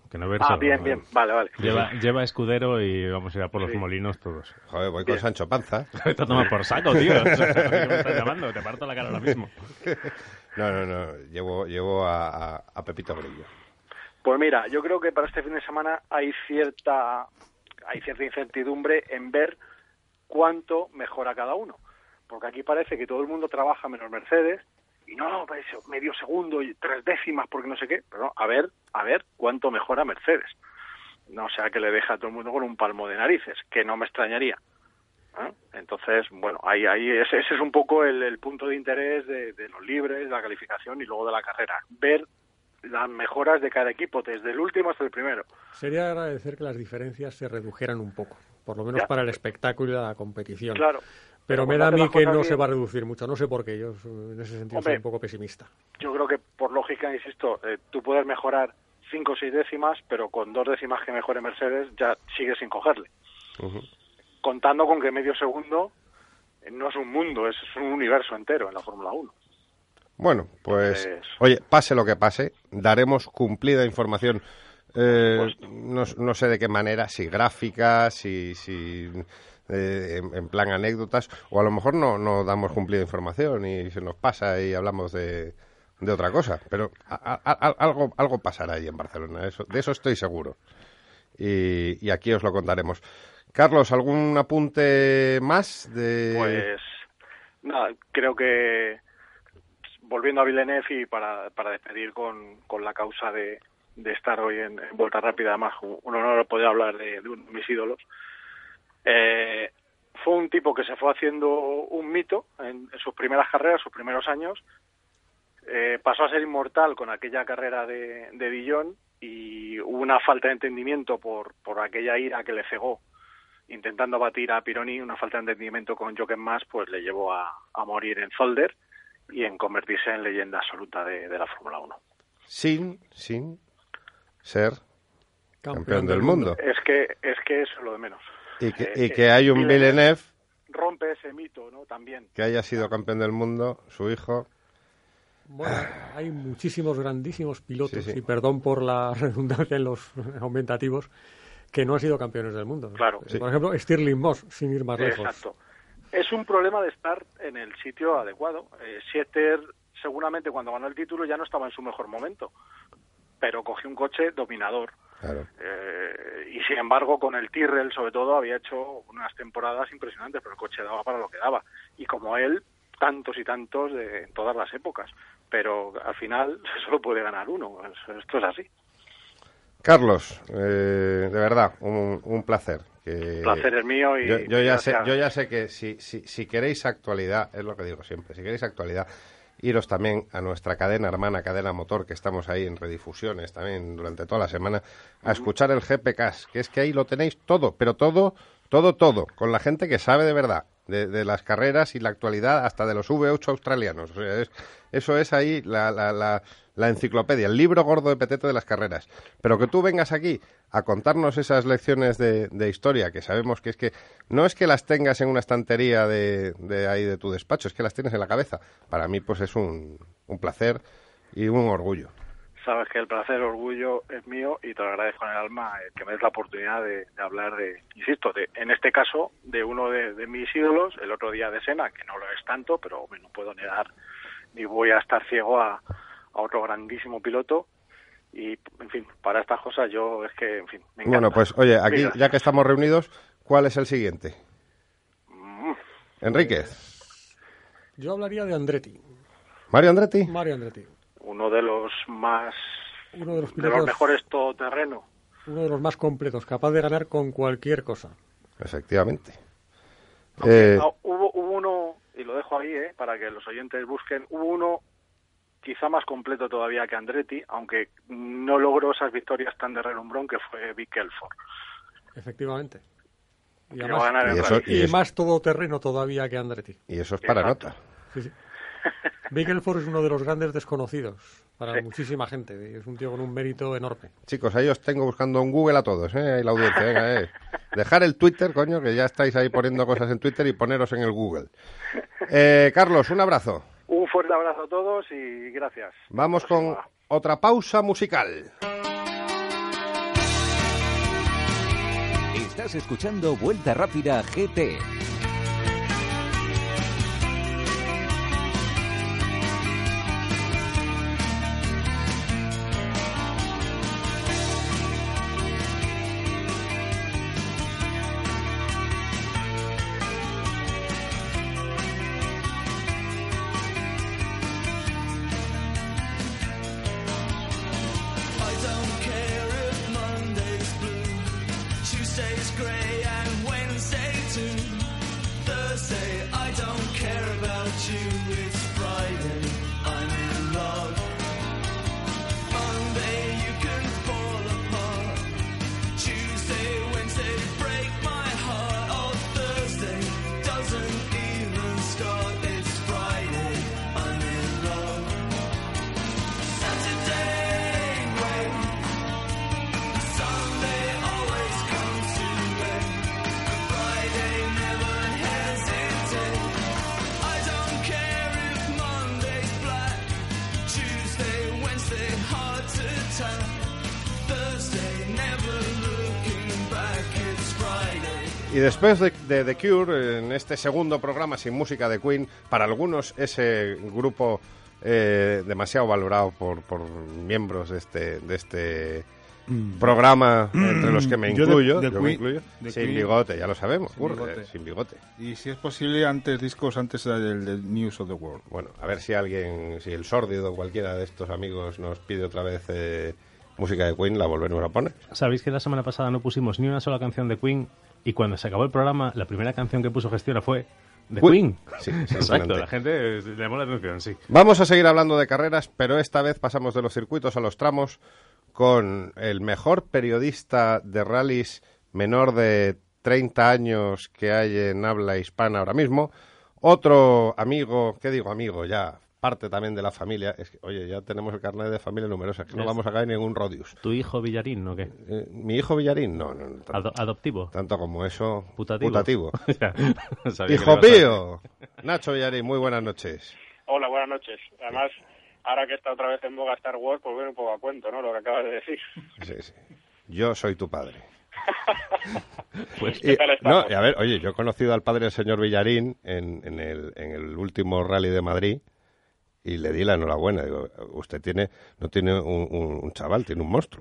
que no verso. Bien, vale. Lleva escudero y vamos a ir a por los molinos todos. Joder, voy con Sancho Panza. Te tomas por saco, tío. ¿Qué me estás llamando? Te parto la cara ahora mismo. No. Llevo a Pepito Grillo. Pues mira, yo creo que para este fin de semana hay cierta incertidumbre en ver cuánto mejora cada uno. Porque aquí parece que todo el mundo trabaja menos Mercedes, y no, pues medio segundo y 3 décimas porque no sé qué, pero no, a ver cuánto mejora Mercedes. No sea que le deje a todo el mundo con un palmo de narices, que no me extrañaría. Entonces, bueno, ahí ese es un poco el punto de interés de los libres, de la calificación y luego de la carrera. Ver las mejoras de cada equipo, desde el último hasta el primero. Sería agradecer que las diferencias se redujeran un poco, por lo menos para el espectáculo y la competición. Claro. Pero me da a mí que no se va a reducir mucho, no sé por qué, yo en ese sentido soy un poco pesimista. Yo creo que por lógica, insisto, tú puedes mejorar 5 o 6 décimas, pero con 2 décimas que mejore Mercedes ya sigues sin cogerle. Uh-huh. Contando con que medio segundo no es un mundo, es un universo entero en la Fórmula 1. Bueno, pues, oye, pase lo que pase, daremos cumplida información. No sé de qué manera, si gráficas, si en plan anécdotas, o a lo mejor no damos cumplida información y se nos pasa y hablamos de otra cosa, pero algo pasará ahí en Barcelona, de eso estoy seguro. Y aquí os lo contaremos. Carlos, ¿algún apunte más? Pues nada, creo que volviendo a Villeneuve y para despedir con la causa de estar hoy en Vuelta Rápida, además un honor poder hablar de uno de mis ídolos. Fue un tipo que se fue haciendo un mito en sus primeras carreras, sus primeros años. Pasó a ser inmortal con aquella carrera de Dijon y hubo una falta de entendimiento por aquella ira que le cegó intentando batir a Pironi. Una falta de entendimiento con Jochen Mass pues le llevó a morir en Zolder y en convertirse en leyenda absoluta de la Fórmula 1. Sin ser campeón del mundo. Es que eso es lo de menos. Y que hay un Villeneuve rompe ese mito, ¿no? También. Que haya sido campeón del mundo, su hijo. Bueno, hay muchísimos grandísimos pilotos, y perdón por la redundancia en los aumentativos, que no han sido campeones del mundo, ¿no? Claro. Por ejemplo, Stirling Moss, sin ir más lejos. Exacto. Es un problema de estar en el sitio adecuado. Scheckter, seguramente cuando ganó el título ya no estaba en su mejor momento, pero cogió un coche dominador. Claro. Y sin embargo con el Tyrrell sobre todo había hecho unas temporadas impresionantes, pero el coche daba para lo que daba, y como él tantos y tantos de todas las épocas, pero al final solo puede ganar uno. Esto es así. Carlos, de verdad un placer. El placer es mío y yo ya sé que si queréis actualidad, es lo que digo siempre, si queréis actualidad, iros también a nuestra cadena hermana, Cadena Motor, que estamos ahí en redifusiones también durante toda la semana, a escuchar el GPcast, que es que ahí lo tenéis todo, pero todo, con la gente que sabe de verdad, de las carreras y la actualidad, hasta de los V8 australianos. O sea, eso es ahí la enciclopedia, el libro gordo de petete de las carreras. Pero que tú vengas aquí a contarnos esas lecciones de historia, que sabemos que es que no es que las tengas en una estantería de ahí de tu despacho, es que las tienes en la cabeza. Para mí pues es un placer y un orgullo. Sabes que el placer, el orgullo es mío y te lo agradezco en el alma que me des la oportunidad de hablar insisto, en este caso, de uno de mis ídolos, el otro día de Senna, que no lo es tanto, pero no puedo negar ni voy a estar ciego a otro grandísimo piloto. Y, en fin, para estas cosas yo es que, en fin, me encanta. Bueno, pues, oye, aquí, ya que estamos reunidos, ¿cuál es el siguiente? Enríquez. Yo hablaría de Andretti. ¿Mario Andretti? Mario Andretti. Uno de los pilotos, de los mejores todoterreno. Uno de los más completos, capaz de ganar con cualquier cosa. Efectivamente. Hubo uno, y lo dejo ahí, para que los oyentes busquen, hubo uno quizá más completo todavía que Andretti, aunque no logró esas victorias tan de relumbrón, que fue Vic Elford. Efectivamente. Y, más todoterreno todavía que Andretti. Y eso es para nota. Sí. Vic Elford es uno de los grandes desconocidos para muchísima gente. Es un tío con un mérito enorme. Chicos, ahí os tengo buscando en Google a todos, la audiencia. Venga, Dejar el Twitter, coño, que ya estáis ahí poniendo cosas en Twitter, y poneros en el Google. Carlos, un abrazo. Un fuerte abrazo a todos y gracias. Vamos con otra pausa musical. Estás escuchando Vuelta Rápida GT. Y después de The Cure, en este segundo programa sin música de Queen, para algunos ese grupo demasiado valorado por miembros de este programa, entre los que me incluyo, sin bigote, ya lo sabemos, sin bigote. Y si es posible, discos antes del News of the World. Bueno, a ver si el Sórdido o cualquiera de estos amigos nos pide otra vez música de Queen, la volveremos a poner. ¿Sabéis que la semana pasada no pusimos ni una sola canción de Queen? Y cuando se acabó el programa, la primera canción que puso Gestiona fue de Queen. Sí, exacto, la gente le llamó la atención, sí. Vamos a seguir hablando de carreras, pero esta vez pasamos de los circuitos a los tramos con el mejor periodista de rallies menor de 30 años que hay en habla hispana ahora mismo. Otro amigo, ¿qué digo amigo? Ya parte también de la familia. Es que, oye, ya tenemos el carnet de familia numerosa, que no vamos a caer en ningún Rodius. ¿Tu hijo Villarín o qué? ¿Mi hijo Villarín? No. ¿Adoptivo? Tanto como eso. Putativo. Hijo pío. Nacho Villarín, muy buenas noches. Hola, buenas noches. Además, ahora que está otra vez en boga Star Wars, pues viene un poco a cuento, ¿no? Lo que acabas de decir. Sí. Yo soy tu padre. Pues, ¿qué tal estamos? A ver, oye, yo he conocido al padre del señor Villarín en el último rally de Madrid. Y le di la enhorabuena. Digo, usted no tiene un chaval, tiene un monstruo.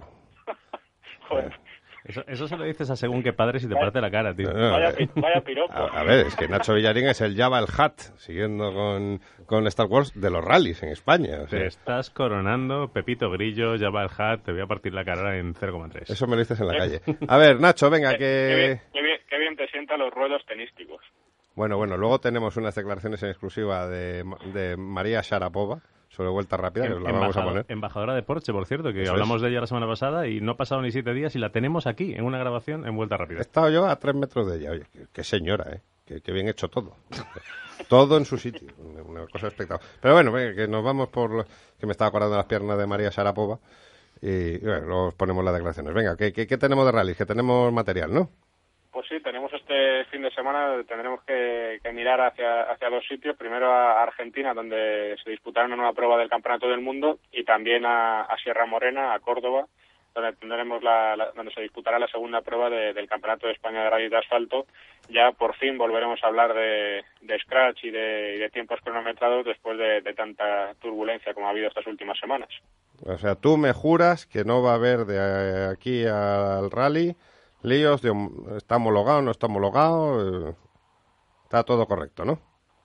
Joder. Eso se lo dices a según qué padre si te parte la cara, tío. Vaya piropo. A ver, es que Nacho Villarín es el Jabba el Hutt, siguiendo con Star Wars de los rallies en España. O sea. Te estás coronando, Pepito Grillo, Jabba el Hutt, te voy a partir la cara en 0,3. Eso me lo dices en la calle. A ver, Nacho, venga, Qué bien te sientan los ruedos tenísticos. Bueno, luego tenemos unas declaraciones en exclusiva de María Sharapova sobre Vuelta Rápida, que la vamos a poner. Embajadora de Porsche, por cierto, que hablamos de ella la semana pasada y no ha pasado ni 7 días y la tenemos aquí, en una grabación en Vuelta Rápida. He estado yo a 3 metros de ella. Oye, qué señora, qué bien hecho todo. Todo en su sitio, una cosa espectacular. Pero bueno, que nos vamos que me estaba acordando de las piernas de María Sharapova y bueno, luego ponemos las declaraciones. Venga, ¿qué tenemos de rally? Que tenemos material, ¿no? Pues sí, tenemos este fin de semana, tendremos que mirar hacia 2 sitios. Primero a Argentina, donde se disputará una nueva prueba del Campeonato del Mundo, y también a Sierra Morena, a Córdoba, donde tendremos donde se disputará la segunda prueba del Campeonato de España de Rally de Asfalto. Ya por fin volveremos a hablar de scratch y de tiempos cronometrados después de tanta turbulencia como ha habido estas últimas semanas. O sea, tú me juras que no va a haber de aquí al rally líos de está homologado, no está homologado, está todo correcto, ¿no?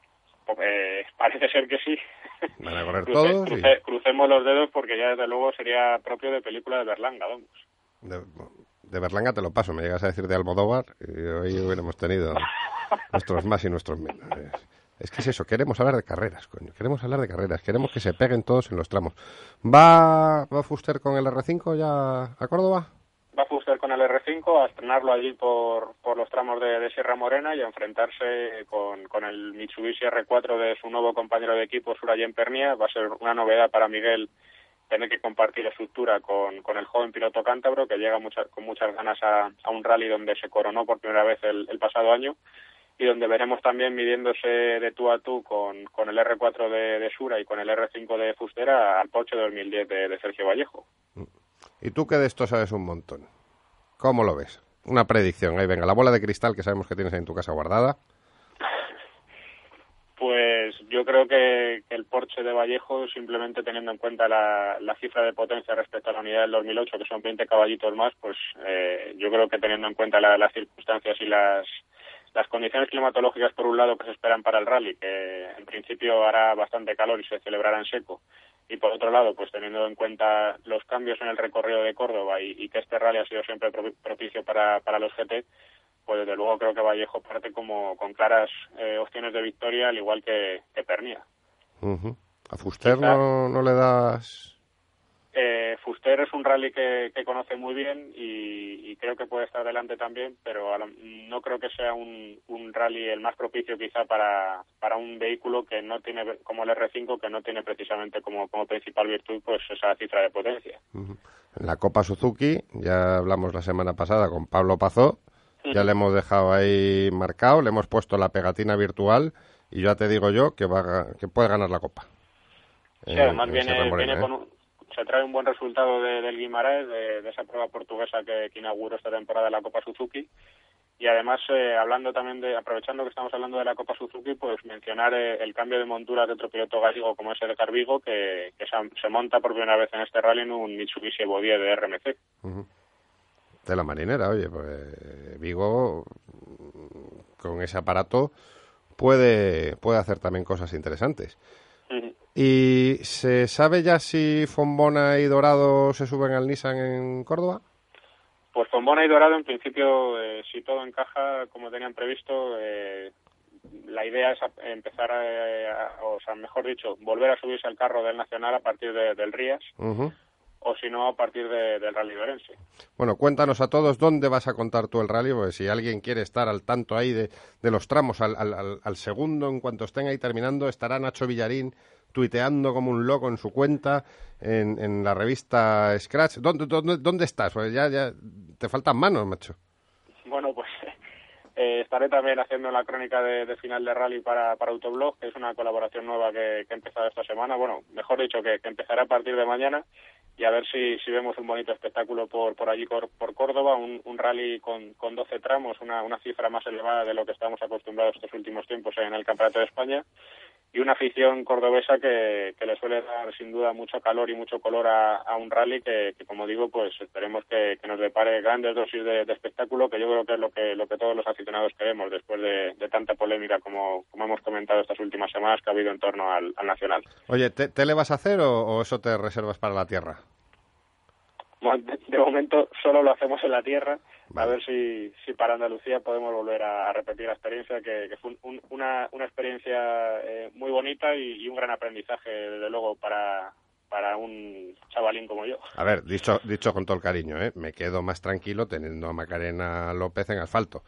Parece ser que sí. Van a correr todos. Crucemos los dedos porque ya desde luego sería propio de película de Berlanga, vamos. De Berlanga te lo paso, me llegas a decir de Almodóvar y hoy hubiéramos tenido nuestros más y nuestros menos. Es que es eso, queremos hablar de carreras, coño, queremos que se peguen todos en los tramos. ¿Va Fuster con el R5 ya a Córdoba? Va Fuster con el R5 a estrenarlo allí por los tramos de Sierra Morena y a enfrentarse con el Mitsubishi R4 de su nuevo compañero de equipo, Surayen Pernia. Va a ser una novedad para Miguel tener que compartir estructura con el joven piloto cántabro, que llega con muchas ganas a un rally donde se coronó por primera vez el pasado año, y donde veremos también midiéndose de tú a tú con el R4 de Sura y con el R5 de Fustera al Porsche 2010 de Sergio Vallejo. Y tú que de esto sabes un montón, ¿cómo lo ves? una predicción. Ahí venga, la bola de cristal que sabemos que tienes ahí en tu casa guardada. Pues yo creo que el Porsche de Vallejo, simplemente teniendo en cuenta la cifra de potencia respecto a la unidad del 2008, que son 20 caballitos más, pues yo creo que teniendo en cuenta las circunstancias y las condiciones climatológicas, por un lado, que se esperan para el rally, que en principio hará bastante calor y se celebrará en seco, y por otro lado, pues teniendo en cuenta los cambios en el recorrido de Córdoba y que este rally ha sido siempre propicio para los GT, pues desde luego creo que Vallejo parte con claras opciones de victoria, al igual que Pernía. Uh-huh. ¿A Fuster no le das...? Fuster es un rally que conoce muy bien y creo que puede estar delante también, pero no creo que sea un rally el más propicio quizá para un vehículo que no tiene, como el R5, que no tiene precisamente como principal virtud pues esa cifra de potencia. Uh-huh. En la Copa Suzuki, ya hablamos la semana pasada con Pablo Pazó, ya le hemos dejado ahí marcado, le hemos puesto la pegatina virtual y ya te digo yo que puede ganar la Copa. Sí, además viene se trae un buen resultado del Guimarães, de esa prueba portuguesa que inauguró esta temporada la Copa Suzuki. Y además, aprovechando que estamos hablando de la Copa Suzuki, pues mencionar el cambio de montura de otro piloto gallego como es Edgar Vigo, que se monta por primera vez en este rally en un Mitsubishi Evo 10 de RMC. Uh-huh. De la marinera, oye, pues Vigo con ese aparato puede hacer también cosas interesantes. Uh-huh. ¿Y se sabe ya si Fombona y Dorado se suben al Nissan en Córdoba? Pues Fombona y Dorado, en principio, si todo encaja como tenían previsto, la idea es empezar mejor dicho, volver a subirse al carro del Nacional a partir del Rías. Uh-huh. O si no, a partir del Rally de Orense. Bueno, cuéntanos a todos dónde vas a contar tú el rally, porque si alguien quiere estar al tanto ahí de los tramos al segundo, en cuanto estén ahí terminando, estará Nacho Villarín tuiteando como un loco en su cuenta, en la revista Scratch. ¿Dónde estás? Pues ya te faltan manos, macho. Bueno, pues estaré también haciendo la crónica de final de rally para Autoblog, que es una colaboración nueva que he empezado esta semana. Bueno, mejor dicho, que empezará a partir de mañana, y a ver si vemos un bonito espectáculo por allí, por Córdoba, un rally con 12 tramos, una cifra más elevada de lo que estamos acostumbrados estos últimos tiempos en el Campeonato de España, y una afición cordobesa que le suele dar sin duda mucho calor y mucho color a un rally que como digo, pues esperemos que nos depare grandes dosis de espectáculo, que yo creo que es lo que todos los aficionados queremos después de tanta polémica como hemos comentado estas últimas semanas que ha habido en torno al Nacional. Oye, ¿tele vas a hacer o eso te reservas para la tierra? Bueno, de momento solo lo hacemos en la tierra. Vale. A ver si para Andalucía podemos volver a repetir la experiencia, que fue una experiencia muy bonita y un gran aprendizaje, desde luego, para un chavalín como yo. A ver, dicho con todo el cariño, me quedo más tranquilo teniendo a Macarena López en asfalto.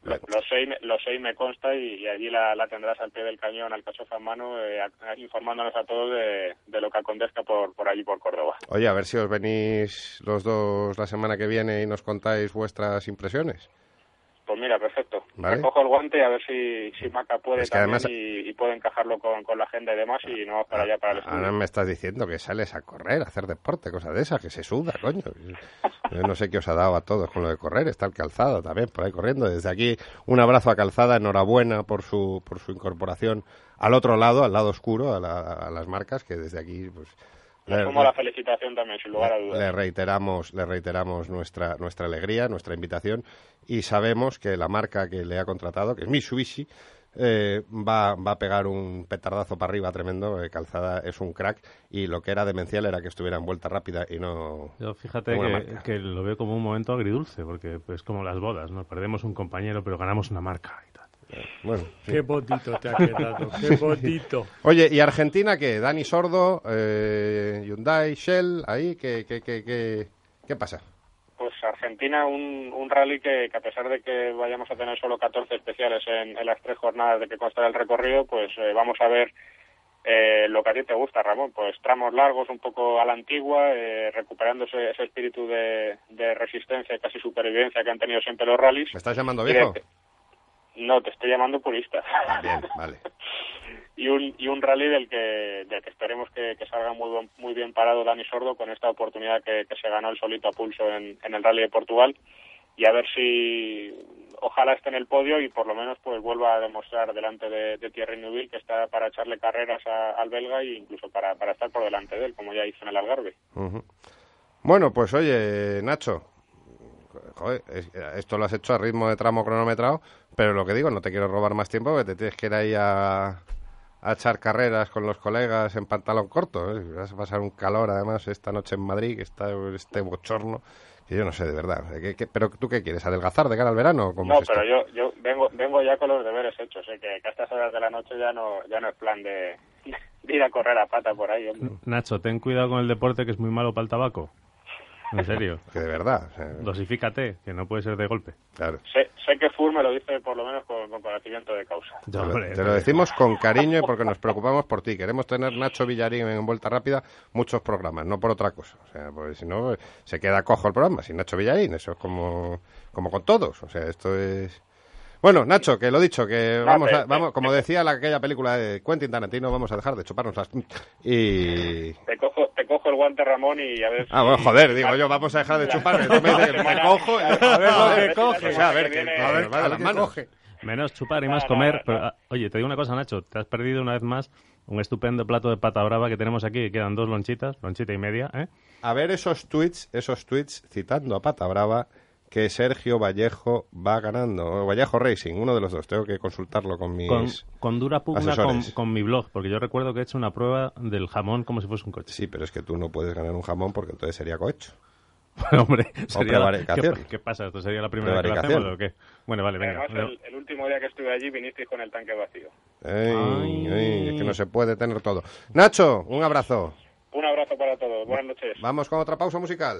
Lo sé y me consta, y allí la tendrás al pie del cañón, alcachofa en mano, informándonos a todos de lo que acontezca por allí, por Córdoba. Oye, a ver si os venís los dos la semana que viene y nos contáis vuestras impresiones. Pues mira, perfecto. ¿Vale? Me cojo el guante y a ver si Maca puede también, además, y puede encajarlo con la agenda y demás, y no vamos para allá para el estudio. Ahora me estás diciendo que sales a correr, a hacer deporte, cosas de esas, que se suda, coño. Yo no sé qué os ha dado a todos con lo de correr. Está el Calzada también por ahí corriendo. Desde aquí, un abrazo a Calzada, enhorabuena por su incorporación al otro lado, al lado oscuro, a las marcas, que desde aquí, pues... Le sumo la felicitación también, sin lugar a dudas. Le reiteramos nuestra alegría, nuestra invitación, y sabemos que la marca que le ha contratado, que es Mitsubishi, va a pegar un petardazo para arriba tremendo. Calzada es un crack, y lo que era demencial era que estuviera en vuelta rápida y no... Yo fíjate que lo veo como un momento agridulce, porque es como las bodas, ¿no? Perdemos un compañero, pero ganamos una marca y tal. Bueno, sí. Qué bonito te ha quedado, qué bonito. Oye, ¿y Argentina qué? Dani Sordo, Hyundai, Shell, ahí, ¿qué pasa? Pues Argentina, un rally que a pesar de que vayamos a tener solo 14 especiales en las 3 jornadas de que constará el recorrido, pues vamos a ver lo que a ti te gusta, Ramón, pues tramos largos, un poco a la antigua, recuperando ese espíritu de resistencia y casi supervivencia que han tenido siempre los rallies. ¿Me estás llamando viejo? No, te estoy llamando purista. Bien, vale. y un rally del que esperemos que salga muy bien parado Dani Sordo con esta oportunidad que se ganó el solito a pulso en el Rally de Portugal, a ver si ojalá esté en el podio y por lo menos pues vuelva a demostrar delante de Thierry Neuville que está para echarle carreras al belga e incluso para estar por delante de él, como ya hizo en el Algarve. Bueno, pues oye, Nacho, joder, esto lo has hecho a ritmo de tramo cronometrado, pero lo que digo, no te quiero robar más tiempo porque te tienes que ir ahí a echar carreras con los colegas en pantalón corto, ¿eh? Vas a pasar un calor además esta noche en Madrid, que está este bochorno, que yo no sé de verdad. ¿Pero tú qué quieres? ¿Adelgazar de cara al verano? No, pero yo vengo ya con los deberes hechos, que a estas horas de la noche ya no es plan de ir a correr a pata por ahí, hombre. Nacho, ten cuidado con el deporte, que es muy malo para el tabaco. En serio. Que de verdad. Dosifícate, que no puede ser de golpe. Claro. Sé que Fur me lo dice por lo menos con conocimiento de causa. Te lo decimos con cariño y porque nos preocupamos por ti. Queremos tener Nacho Villarín en Vuelta Rápida muchos programas, no por otra cosa. O sea, porque si no, se queda cojo el programa sin Nacho Villarín. Eso es como con todos. O sea, esto es... Bueno, Nacho, que lo dicho, que vamos, como decía aquella película de Quentin Tarantino, vamos a dejar de chuparnos las... Y... Te cojo el guante, Ramón, y a ver... bueno, joder, digo yo, vamos a dejar de chuparme. Tú me dices que te cojo... A ver lo que coge. O sea, a ver qué coge. Menos chupar y más comer. Pero, oye, te digo una cosa, Nacho, te has perdido una vez más un estupendo plato de pata brava que tenemos aquí, que quedan 2 lonchitas, lonchita y media, ¿eh? A ver esos tweets citando a Pata Brava, que Sergio Vallejo va ganando, o Vallejo Racing, uno de los dos. Tengo que consultarlo con mis con dura pugna con mi blog, porque yo recuerdo que he hecho una prueba del jamón como si fuese un coche. Sí, pero es que tú no puedes ganar un jamón porque entonces sería cohecho. Bueno, hombre, prevaricación. ¿Qué pasa? ¿Esto sería la primera vez que lo hacemos o qué? Bueno, vale, venga. Además, el último día que estuve allí vinisteis con el tanque vacío. Es que no se puede tener todo. Nacho, un abrazo. Un abrazo para todos. Buenas noches. Vamos con otra pausa musical.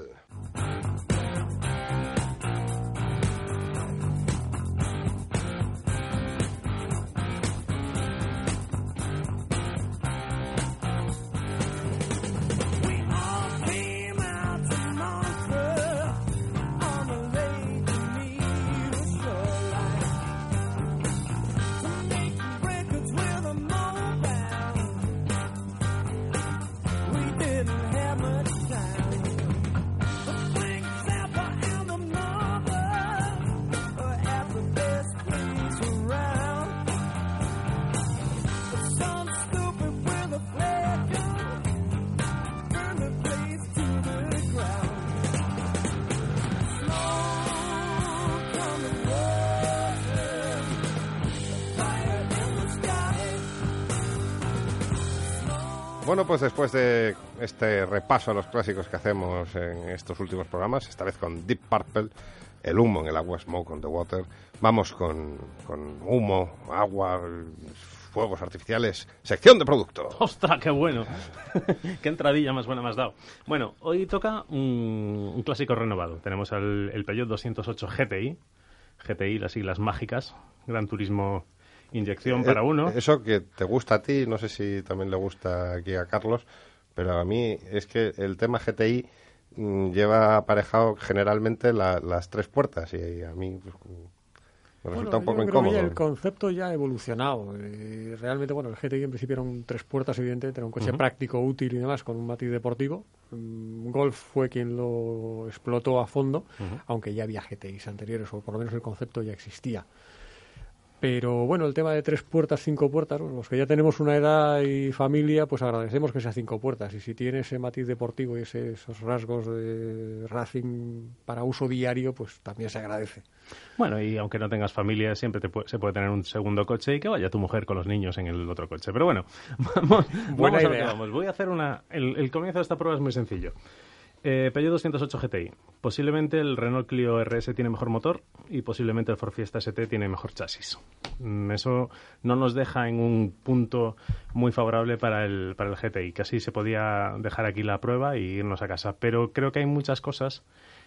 Bueno, pues después de este repaso a los clásicos que hacemos en estos últimos programas, esta vez con Deep Purple, el humo en el agua, Smoke on the Water, vamos con humo, agua, fuegos artificiales, sección de producto. ¡Ostras, qué bueno! ¡Qué entradilla más buena me has dado! Bueno, hoy toca un clásico renovado. Tenemos el Peugeot 208 GTI, las siglas mágicas, Gran Turismo Inyección para uno. Eso que te gusta a ti, no sé si también le gusta aquí a Carlos, pero a mí es que el tema GTI lleva aparejado generalmente las 3 puertas y a mí me resulta un poco incómodo. El concepto ya ha evolucionado. Realmente, bueno, el GTI en principio eran 3 puertas, evidentemente, era un coche práctico, útil y demás, con un matiz deportivo. Golf fue quien lo explotó a fondo, aunque ya había GTIs anteriores, o por lo menos el concepto ya existía. Pero bueno, el tema de 3 puertas, 5 puertas, bueno, los que ya tenemos una edad y familia, pues agradecemos que sea 5 puertas. Y si tiene ese matiz deportivo y esos rasgos de racing para uso diario, pues también se agradece. Bueno, y aunque no tengas familia, siempre se puede tener un segundo coche y que vaya tu mujer con los niños en el otro coche. Pero bueno, vamos a lo que vamos. Voy a hacer el comienzo de esta prueba es muy sencillo. Peugeot 208 GTI. Posiblemente el Renault Clio RS tiene mejor motor y posiblemente el Ford Fiesta ST tiene mejor chasis. Eso no nos deja en un punto muy favorable para el GTI. Casi se podía dejar aquí la prueba y irnos a casa. Pero creo que hay muchas cosas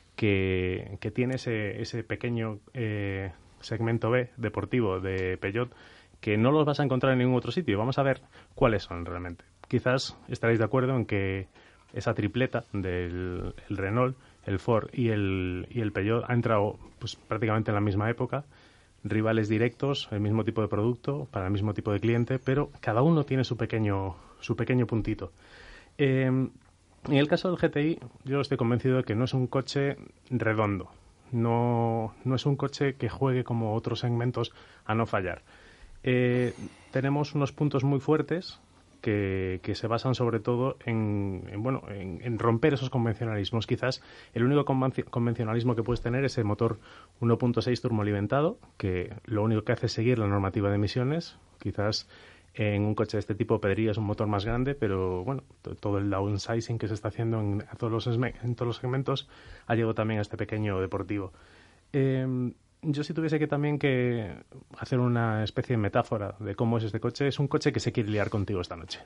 que tiene ese pequeño segmento B deportivo de Peugeot que no los vas a encontrar en ningún otro sitio. Vamos a ver cuáles son realmente. Quizás estaréis de acuerdo en que esa tripleta del Renault, el Ford y el Peugeot ha entrado pues prácticamente en la misma época, rivales directos, el mismo tipo de producto, para el mismo tipo de cliente, pero cada uno tiene su pequeño puntito. En el caso del GTI, yo estoy convencido de que no es un coche redondo. No es un coche que juegue como otros segmentos a no fallar. Tenemos unos puntos muy fuertes que se basan sobre todo en romper esos convencionalismos. Quizás el único convencionalismo que puedes tener es el motor 1.6 turboalimentado, que lo único que hace es seguir la normativa de emisiones. Quizás en un coche de este tipo pedirías un motor más grande, pero bueno, todo el downsizing que se está haciendo en todos los segmentos ha llegado también a este pequeño deportivo. Yo si tuviese que también que hacer una especie de metáfora de cómo es este coche, es un coche que se quiere liar contigo esta noche.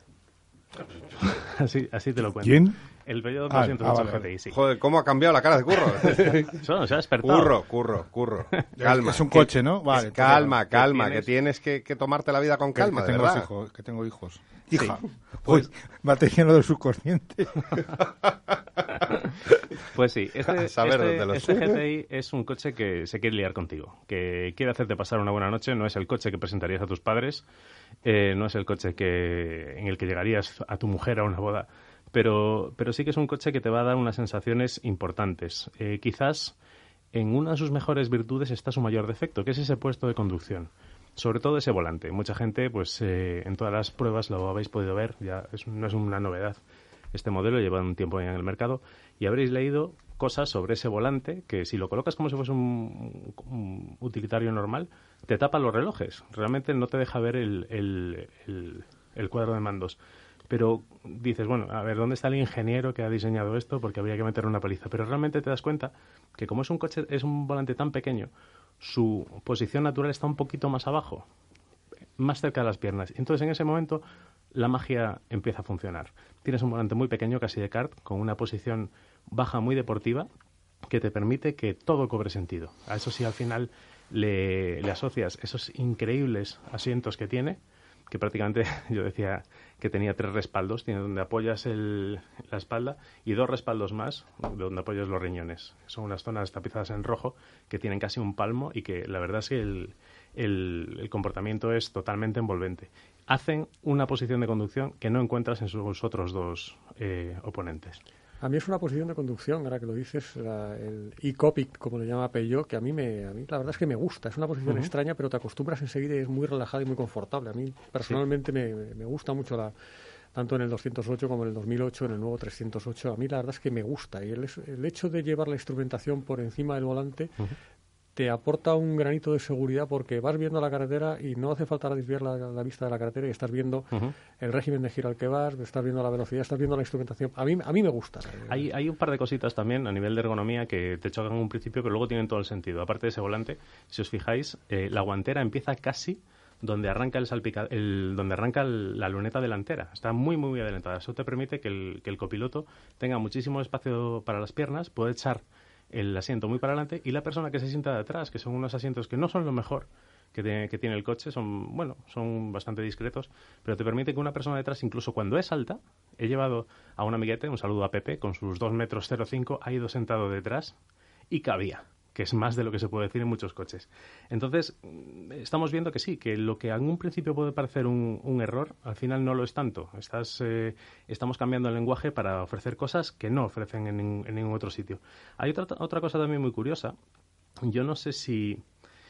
Así te lo cuento. ¿Quién? El Peugeot 208 GTI, sí. Joder, ¿cómo ha cambiado la cara de Curro? Eso, se ha despertado. Curro. Calma. Es un coche, ¿no? Vale. Calma, que tienes que tomarte la vida con calma, que de tengo verdad. Que tengo hijos. Sí. Hija, pues batería lleno del subconsciente. Pues sí, este sube. GTI es un coche que se quiere liar contigo, que quiere hacerte pasar una buena noche. No es el coche que presentarías a tus padres, no es el coche en el que llegarías a tu mujer a una boda, pero sí que es un coche que te va a dar unas sensaciones importantes. Quizás en una de sus mejores virtudes está su mayor defecto, que es ese puesto de conducción. Sobre todo ese volante. Mucha gente, pues en todas las pruebas lo habéis podido ver, ya no es una novedad. Este modelo lleva un tiempo en el mercado y habréis leído cosas sobre ese volante que si lo colocas como si fuese un utilitario normal, te tapa los relojes. Realmente no te deja ver el cuadro de mandos. Pero dices, bueno, a ver, ¿dónde está el ingeniero que ha diseñado esto? Porque habría que meterle una paliza. Pero realmente te das cuenta que como es un volante tan pequeño, su posición natural está un poquito más abajo, más cerca de las piernas. Entonces, en ese momento, la magia empieza a funcionar. Tienes un volante muy pequeño, casi de kart, con una posición baja muy deportiva, que te permite que todo cobre sentido. A eso sí, al final le asocias esos increíbles asientos que tiene, que prácticamente yo decía que tenía 3 respaldos. Tiene donde apoyas la espalda y 2 respaldos más donde apoyas los riñones. Son unas zonas tapizadas en rojo que tienen casi un palmo y que la verdad es que el comportamiento es totalmente envolvente. Hacen una posición de conducción que no encuentras en sus otros 2 oponentes. A mí es una posición de conducción, ahora que lo dices, el e-cockpit, como le llama Peugeot, que a mí la verdad es que me gusta. Es una posición extraña, pero te acostumbras enseguida y es muy relajada y muy confortable. A mí personalmente me gusta mucho tanto en el 208 como en el 2008, en el nuevo 308. A mí la verdad es que me gusta. Y el hecho de llevar la instrumentación por encima del volante te aporta un granito de seguridad porque vas viendo la carretera y no hace falta desviar la vista de la carretera y estás viendo el régimen de giro al que vas, estás viendo la velocidad, estás viendo la instrumentación. A mí me gusta. Hay un par de cositas también a nivel de ergonomía que te chocan en un principio, pero luego tienen todo el sentido. Aparte de ese volante, si os fijáis, la guantera empieza casi donde arranca donde arranca la luneta delantera. Está muy, muy adelantada. Eso te permite que el copiloto tenga muchísimo espacio para las piernas, puede echar el asiento muy para adelante y la persona que se sienta detrás, que son unos asientos que no son lo mejor que tiene el coche, son bastante discretos, pero te permite que una persona detrás, incluso cuando es alta, he llevado a un amiguete, un saludo a Pepe, con sus 2,05 metros, ha ido sentado detrás y cabía, que es más de lo que se puede decir en muchos coches. Entonces, estamos viendo que sí, que lo que en un principio puede parecer un error, al final no lo es tanto. Estamos cambiando el lenguaje para ofrecer cosas que no ofrecen en ningún otro sitio. Hay otra cosa también muy curiosa. Yo no sé si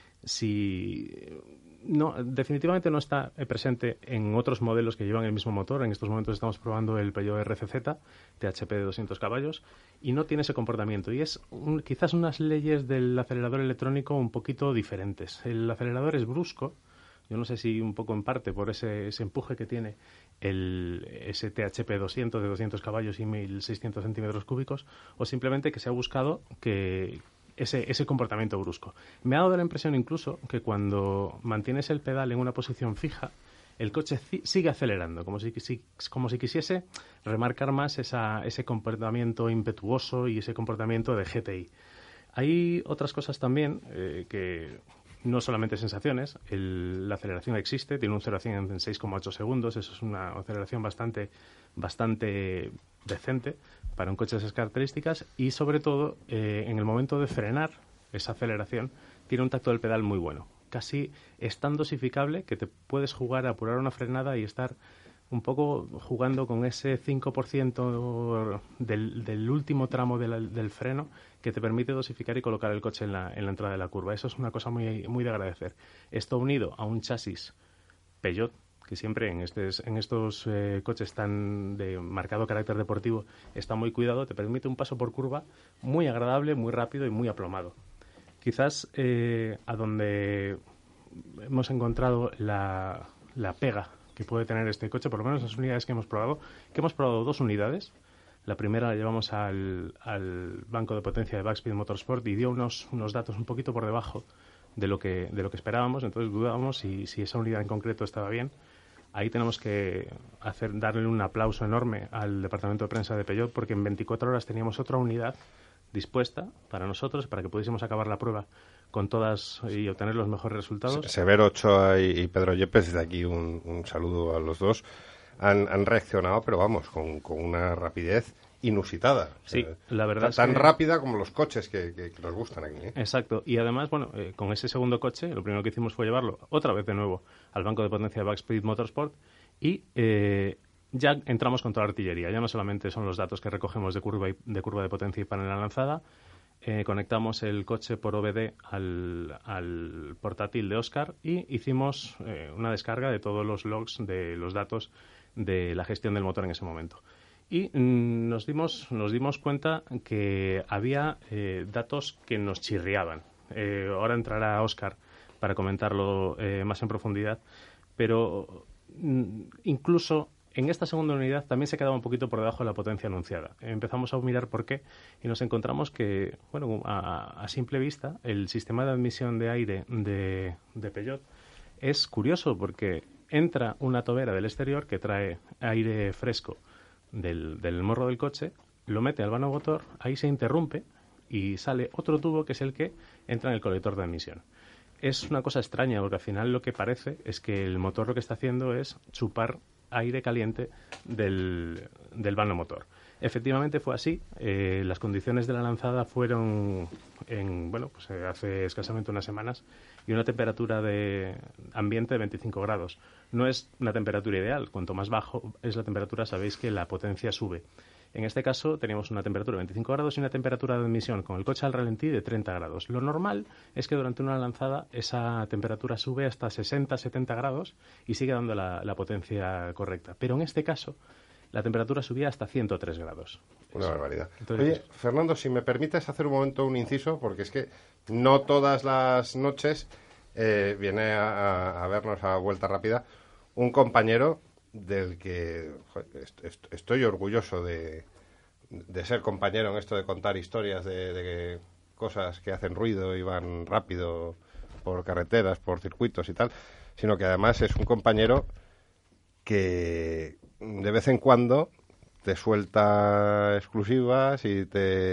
no, definitivamente no está presente en otros modelos que llevan el mismo motor. En estos momentos estamos probando el Peugeot RCZ THP de 200 caballos y no tiene ese comportamiento y es quizás unas leyes del acelerador electrónico un poquito diferentes. El acelerador es brusco, yo no sé si un poco en parte por ese empuje que tiene ese THP 200 de 200 caballos y 1.600 centímetros cúbicos, o simplemente que se ha buscado ese comportamiento brusco. Me ha dado la impresión incluso que cuando mantienes el pedal en una posición fija, el coche sigue acelerando, como si quisiese remarcar más ese comportamiento impetuoso y ese comportamiento de GTI. Hay otras cosas también que no solamente sensaciones. La aceleración existe, tiene un 0 a 100 en 6,8 segundos, eso es una aceleración bastante decente para un coche de esas características y sobre todo en el momento de frenar esa aceleración tiene un tacto del pedal muy bueno, casi es tan dosificable que te puedes jugar a apurar una frenada y estar un poco jugando con ese 5% del último tramo del freno que te permite dosificar y colocar el coche en la entrada de la curva. Eso es una cosa muy, muy de agradecer. Esto unido a un chasis Peugeot, que siempre en estos coches tan de marcado carácter deportivo está muy cuidado, te permite un paso por curva muy agradable, muy rápido y muy aplomado. Quizás a donde hemos encontrado la pega que puede tener este coche, por lo menos las unidades que hemos probado 2 unidades. La primera la llevamos al banco de potencia de Backspeed Motorsport y dio unos datos un poquito por debajo de lo que esperábamos, entonces dudábamos si esa unidad en concreto estaba bien. Ahí tenemos que darle un aplauso enorme al departamento de prensa de Peugeot, porque en 24 horas teníamos otra unidad dispuesta para nosotros, para que pudiésemos acabar la prueba con todas y obtener los mejores resultados. Severo Ochoa y Pedro Yepes, desde aquí un saludo a los dos, han reaccionado, pero vamos, con una rapidez inusitada. Sí, la verdad es tan que... rápida como los coches que nos gustan aquí. Exacto, y además, bueno, con ese segundo coche, lo primero que hicimos fue llevarlo otra vez de nuevo al banco de potencia de Backspeed Motorsport y ya entramos con toda la artillería. Ya no solamente son los datos que recogemos de curva de potencia y panel a lanzada, conectamos el coche por OBD al portátil de Óscar y hicimos una descarga de todos los logs de los datos de la gestión del motor en ese momento. Y nos dimos cuenta que había datos que nos chirriaban. Ahora entrará Óscar para comentarlo más en profundidad, pero incluso en esta segunda unidad también se quedaba un poquito por debajo de la potencia anunciada. Empezamos a mirar por qué y nos encontramos que, bueno, a simple vista, el sistema de admisión de aire de Peugeot es curioso porque entra una tobera del exterior que trae aire fresco del morro del coche, lo mete al vano motor, ahí se interrumpe y sale otro tubo que es el que entra en el colector de admisión. Es una cosa extraña porque al final lo que parece es que el motor lo que está haciendo es chupar aire caliente del vano motor. Efectivamente fue así. Las condiciones de la lanzada fueron hace escasamente unas semanas y una temperatura de ambiente de 25 grados. No es una temperatura ideal. Cuanto más bajo es la temperatura, sabéis que la potencia sube. En este caso teníamos una temperatura de 25 grados y una temperatura de admisión con el coche al ralentí de 30 grados. Lo normal es que durante una lanzada esa temperatura sube hasta 60-70 grados y sigue dando la potencia correcta. Pero en este caso la temperatura subía hasta 103 grados. Una barbaridad. Entonces, oye, Fernando, si me permites hacer un momento un inciso, porque es que no todas las noches viene a vernos a Vuelta Rápida un compañero del que estoy orgulloso de ser compañero en esto de contar historias de cosas que hacen ruido y van rápido por carreteras, por circuitos y tal, sino que además es un compañero que de vez en cuando te suelta exclusivas y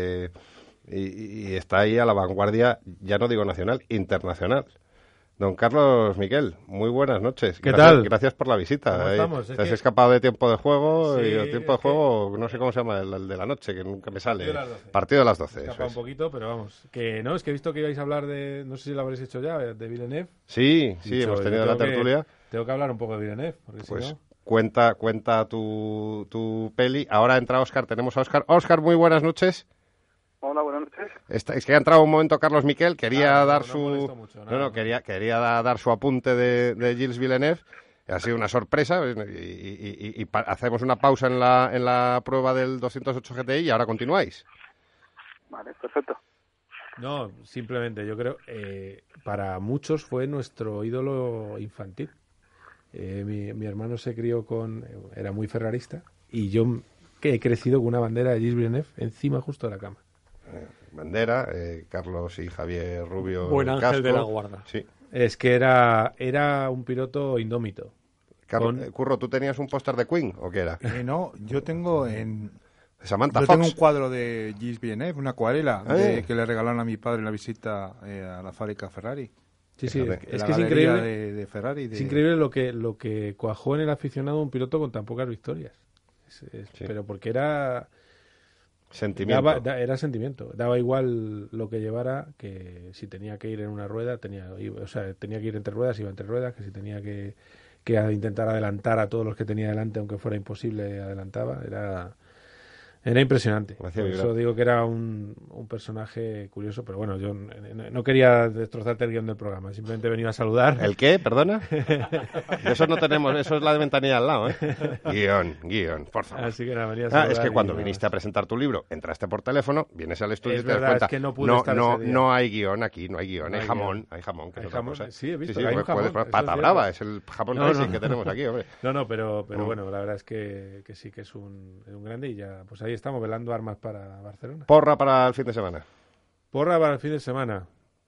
está ahí a la vanguardia, ya no digo nacional, internacional. Don Carlos Miquel, muy buenas noches. ¿Qué tal? Gracias por la visita. ¿Cómo estamos? Te has escapado de Tiempo de Juego y el Tiempo de Juego, no sé cómo se llama, el de la noche, que nunca me sale. Partido de las 12. Escapa un poquito, pero vamos. Que no, es que he visto que ibais a hablar de, no sé si lo habréis hecho ya, de Villeneuve. Sí, hemos tenido la tertulia. Tengo que hablar un poco de Villeneuve, porque pues, si no... Cuenta tu peli. Ahora entra Óscar, tenemos a Óscar. Óscar, muy buenas noches. Hola, buenas noches. Es que ha entrado un momento Carlos Miquel, quería dar quería dar su apunte de Gilles Villeneuve. Ha sido una sorpresa y hacemos una pausa en la prueba del 208 GTI y ahora continuáis. Vale, perfecto. No, simplemente yo creo para muchos fue nuestro ídolo infantil. Mi hermano se crió era muy ferrarista y yo que he crecido con una bandera de Gilles Villeneuve encima justo de la cama. Bandera, Carlos y Javier Rubio. Buen ángel casco. de la guarda. Sí. Es que era un piloto indómito. Curro, ¿tú tenías un póster de Queen o qué era? No, yo tengo Samantha Fox. Fox. Tengo un cuadro de Gilles Villeneuve, una acuarela que le regalaron a mi padre en la visita a la fábrica Ferrari. Sí, es que es increíble de Ferrari. Es increíble lo que cuajó en el aficionado un piloto con tan pocas victorias. Sí. Pero porque era sentimiento. Era sentimiento. Daba igual lo que llevara, que si tenía que ir en una rueda, tenía que ir entre ruedas, iba entre ruedas, que si tenía que que a intentar adelantar a todos los que tenía delante, aunque fuera imposible, adelantaba. Era impresionante. Por eso digo que era un personaje curioso, pero bueno, yo no quería destrozarte el guión del programa, simplemente venía a saludar. ¿El qué? ¿Perdona? Eso no tenemos, eso es la de ventanilla al lado, ¿eh? Guión, por favor. Así que nada, venía a saludar. Es que cuando viniste a presentar tu libro, entraste por teléfono, vienes al estudio y te das cuenta. Es que no pude estar ese día. No hay guión aquí, no hay guión, hay jamón, que es otra cosa. Sí, he visto, hay un jamón. Pata brava, es el jamón racing que tenemos aquí, hombre. Pero bueno, la verdad es que sí que es un grande y ya, pues ahí estamos velando armas para Barcelona. ¿Porra para el fin de semana? ¿Porra para el fin de semana?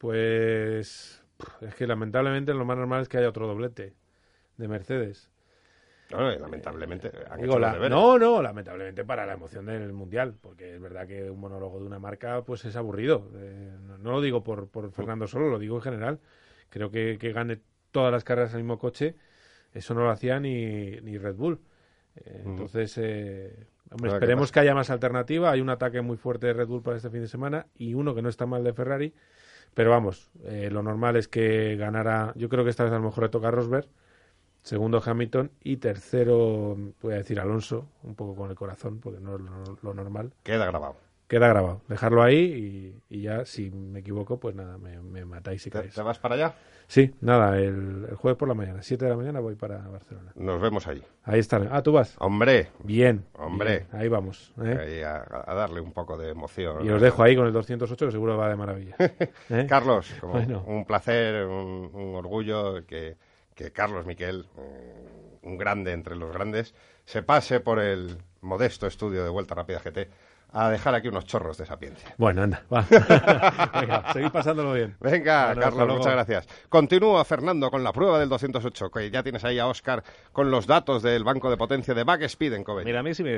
Pues es que lamentablemente lo más normal es que haya otro doblete de Mercedes. No, lamentablemente. Lamentablemente para la emoción del Mundial, porque es verdad que un monólogo de una marca pues es aburrido. No lo digo por Fernando solo, lo digo en general. Creo que gane todas las carreras al mismo coche, eso no lo hacía ni Red Bull. Entonces, esperemos que haya más alternativa. Hay un ataque muy fuerte de Red Bull para este fin de semana y uno que no está mal de Ferrari. Pero vamos, lo normal es que ganara. Yo creo que esta vez a lo mejor le toca a Rosberg, segundo Hamilton y tercero, voy a decir Alonso, un poco con el corazón, porque no es lo normal. Queda grabado. Dejarlo ahí y ya, si me equivoco, pues nada, me matáis si queréis. ¿Te vas para allá? Sí, nada, el jueves por la mañana, 7 de la mañana voy para Barcelona. Nos vemos allí. Ahí estaré. Ah, ¿tú vas? Hombre. Bien. Ahí vamos. Ahí a darle un poco de emoción. Y os dejo ahí con el 208, que seguro va de maravilla. Carlos, un placer, un orgullo que Carlos Miquel, un grande entre los grandes, se pase por el modesto estudio de Vuelta Rápida GT a dejar aquí unos chorros de sapiencia. Bueno, anda, va. Venga, seguid pasándolo bien. Venga, Carlos, muchas gracias. Continúa, Fernando, con la prueba del 208, que ya tienes ahí a Óscar con los datos del banco de potencia de Backspeed en Coveñas. Mira, a mí si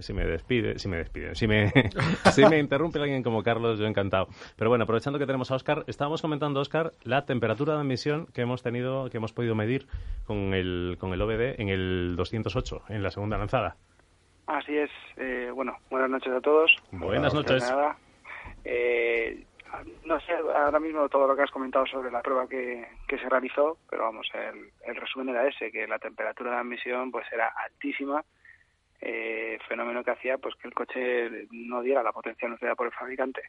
me interrumpe alguien como Carlos, yo encantado. Pero bueno, aprovechando que tenemos a Óscar, estábamos comentando, Óscar, la temperatura de emisión que hemos podido medir con el OBD en el 208, en la segunda lanzada. Así es. Buenas noches a todos. Buenas noches. No sé ahora mismo todo lo que has comentado sobre la prueba que se realizó, pero vamos, el resumen era ese, que la temperatura de admisión pues era altísima, fenómeno que hacía pues que el coche no diera la potencia anunciada por el fabricante.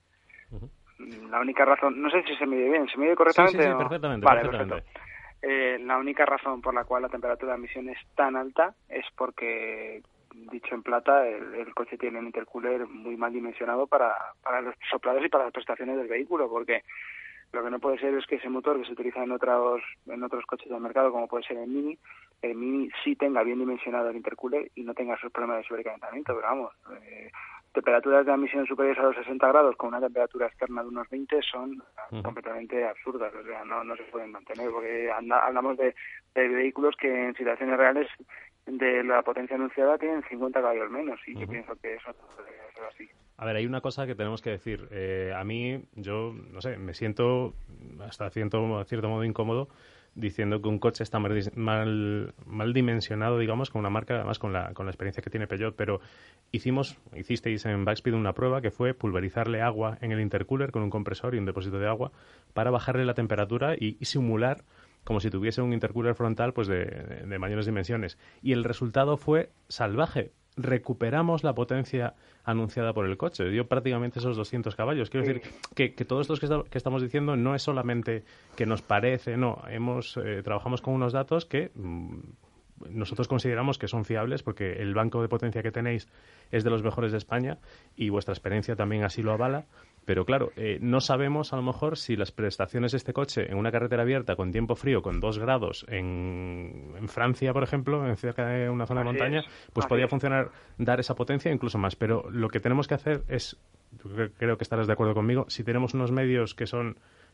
La única razón, no sé si se mide bien, ¿se mide correctamente? Sí, perfectamente. Vale, perfecto. La única razón por la cual la temperatura de admisión es tan alta es porque, dicho en plata, el coche tiene un intercooler muy mal dimensionado para los soplados y para las prestaciones del vehículo, porque lo que no puede ser es que ese motor que se utiliza en otros coches del mercado, como puede ser el Mini sí tenga bien dimensionado el intercooler y no tenga esos problemas de sobrecalentamiento, pero vamos, temperaturas de admisión superiores a los 60 grados con una temperatura externa de unos 20 son completamente absurdas, o sea, no se pueden mantener, porque hablamos de vehículos que en situaciones reales de la potencia anunciada tienen 50 caballos menos, y yo pienso que eso no debe ser así. A ver, hay una cosa que tenemos que decir. A mí, yo, no sé, me siento hasta cierto modo incómodo diciendo que un coche está mal dimensionado, digamos, con una marca, además con la experiencia que tiene Peugeot, pero hicisteis en Backspeed una prueba que fue pulverizarle agua en el intercooler con un compresor y un depósito de agua para bajarle la temperatura y simular como si tuviese un intercooler frontal pues de mayores dimensiones. Y el resultado fue salvaje. Recuperamos la potencia anunciada por el coche. Dio prácticamente esos 200 caballos. Quiero decir que todo esto que estamos diciendo no es solamente que nos parece, no. Trabajamos con unos datos que nosotros consideramos que son fiables porque el banco de potencia que tenéis es de los mejores de España y vuestra experiencia también así lo avala. Pero claro, no sabemos a lo mejor si las prestaciones de este coche en una carretera abierta con tiempo frío, con 2 grados, en Francia, por ejemplo, cerca de una zona de montaña, pues podría funcionar, dar esa potencia incluso más. Pero lo que tenemos que hacer es, creo que estarás de acuerdo conmigo, si tenemos unos medios que son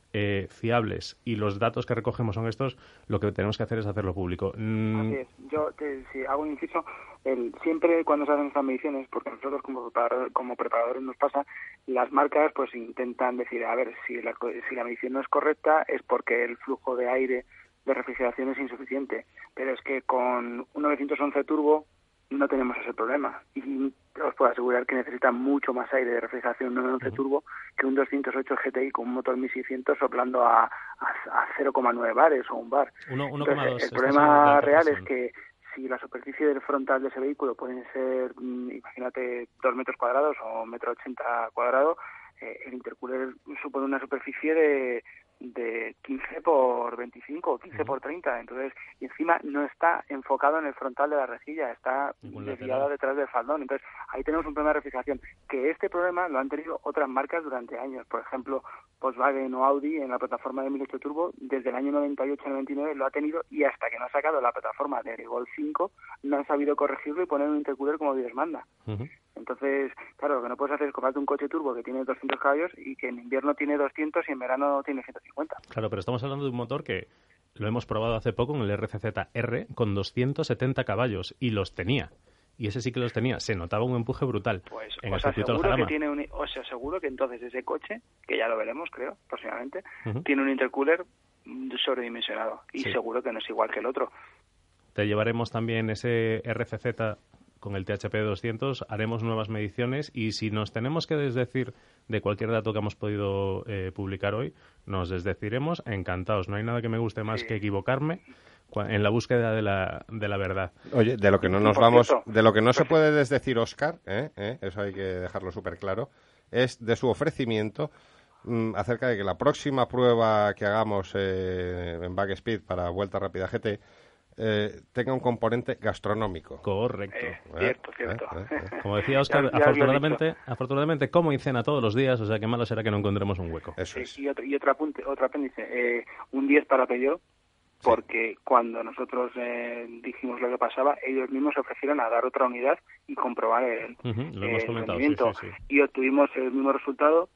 fiables y los datos que recogemos son estos, lo que tenemos que hacer es hacerlo público. Así es. Yo si hago un inciso, siempre cuando se hacen estas mediciones, porque nosotros como preparadores nos pasa, las marcas pues intentan decir, a ver, si la medición no es correcta es porque el flujo de aire de refrigeración es insuficiente, pero es que con un 911 turbo no tenemos ese problema. Y os puedo asegurar que necesita mucho más aire de refrigeración 911 turbo que un 208 GTI con un motor 1600 soplando a 0,9 bares o un bar. 1,2. El problema real es que si la superficie del frontal de ese vehículo pueden ser, imagínate, 2 metros cuadrados o 1,80 metros cuadrados, el intercooler supone una superficie de 15 por 25 o 15 por 30, entonces, y encima no está enfocado en el frontal de la rejilla, está desviado detrás del faldón, entonces ahí tenemos un problema de refrigeración, que este problema lo han tenido otras marcas durante años, por ejemplo, Volkswagen o Audi en la plataforma de 1.8 turbo, desde el año 98-99 lo ha tenido, y hasta que no ha sacado la plataforma de Golf 5, no han sabido corregirlo y poner un intercooler como Dios manda. Entonces, claro, lo que no puedes hacer es comprarte un coche turbo que tiene 200 caballos y que en invierno tiene 200 y en verano tiene 150. Claro, pero estamos hablando de un motor que lo hemos probado hace poco en el RCZ-R con 270 caballos y los tenía. Y ese sí que los tenía. Se notaba un empuje brutal. Pues en el circuito del Jarama. Os aseguro que entonces ese coche, que ya lo veremos, creo, próximamente, tiene un intercooler sobredimensionado. Y seguro que no es igual que el otro. Te llevaremos también ese RCZ con el THP 200, haremos nuevas mediciones y si nos tenemos que desdecir de cualquier dato que hemos podido publicar hoy, nos desdeciremos encantados. No hay nada que me guste más que equivocarme en la búsqueda de la verdad. Oye, de lo que no nos vamos, de lo que no se puede desdecir Óscar, eso hay que dejarlo súper claro, es de su ofrecimiento acerca de que la próxima prueba que hagamos en Backspeed para Vuelta Rápida GT tenga un componente gastronómico. Correcto. Cierto. Como decía Óscar, afortunadamente como y cena todos los días, o sea que malo será que no encontremos un hueco. Eso es. Y otro apéndice, un 10 para Peugeot, porque cuando nosotros dijimos lo que pasaba, ellos mismos se ofrecieron a dar otra unidad y comprobar el rendimiento. Sí. Y obtuvimos el mismo resultado.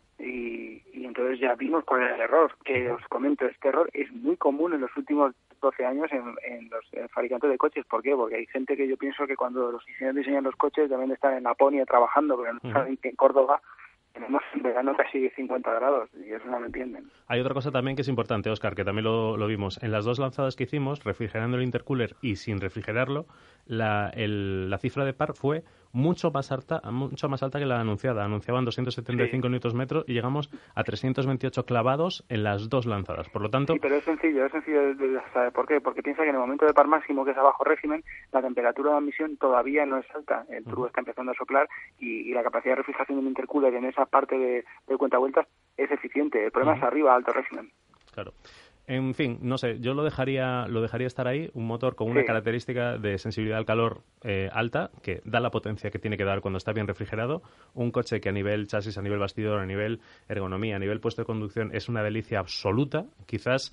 Y entonces ya vimos cuál era el error, que os comento, este error es muy común en los últimos 12 años en los fabricantes de coches. ¿Por qué? Porque hay gente que yo pienso que cuando los ingenieros diseñan los coches deben de estar en Laponia trabajando, pero no saben que en Córdoba tenemos en verano casi 50 grados y eso no lo entienden. Hay otra cosa también que es importante, Óscar, que también lo vimos. En las dos lanzadas que hicimos, refrigerando el intercooler y sin refrigerarlo, la cifra de par fue mucho más alta que la anunciada. Anunciaban 275 Nm y llegamos a 328 clavados en las dos lanzadas. Por lo tanto... Sí, pero es sencillo de saber por qué. Porque piensa que en el momento de par máximo, que es a bajo régimen, la temperatura de admisión todavía no es alta. El turbo está empezando a soplar y la capacidad de refrigeración del intercooler en esa parte de cuentavueltas es eficiente. El problema es arriba, a alto régimen. Claro. En fin, no sé, yo lo dejaría estar ahí, un motor con una característica de sensibilidad al calor alta, que da la potencia que tiene que dar cuando está bien refrigerado, un coche que a nivel chasis, a nivel bastidor, a nivel ergonomía, a nivel puesto de conducción es una delicia absoluta. Quizás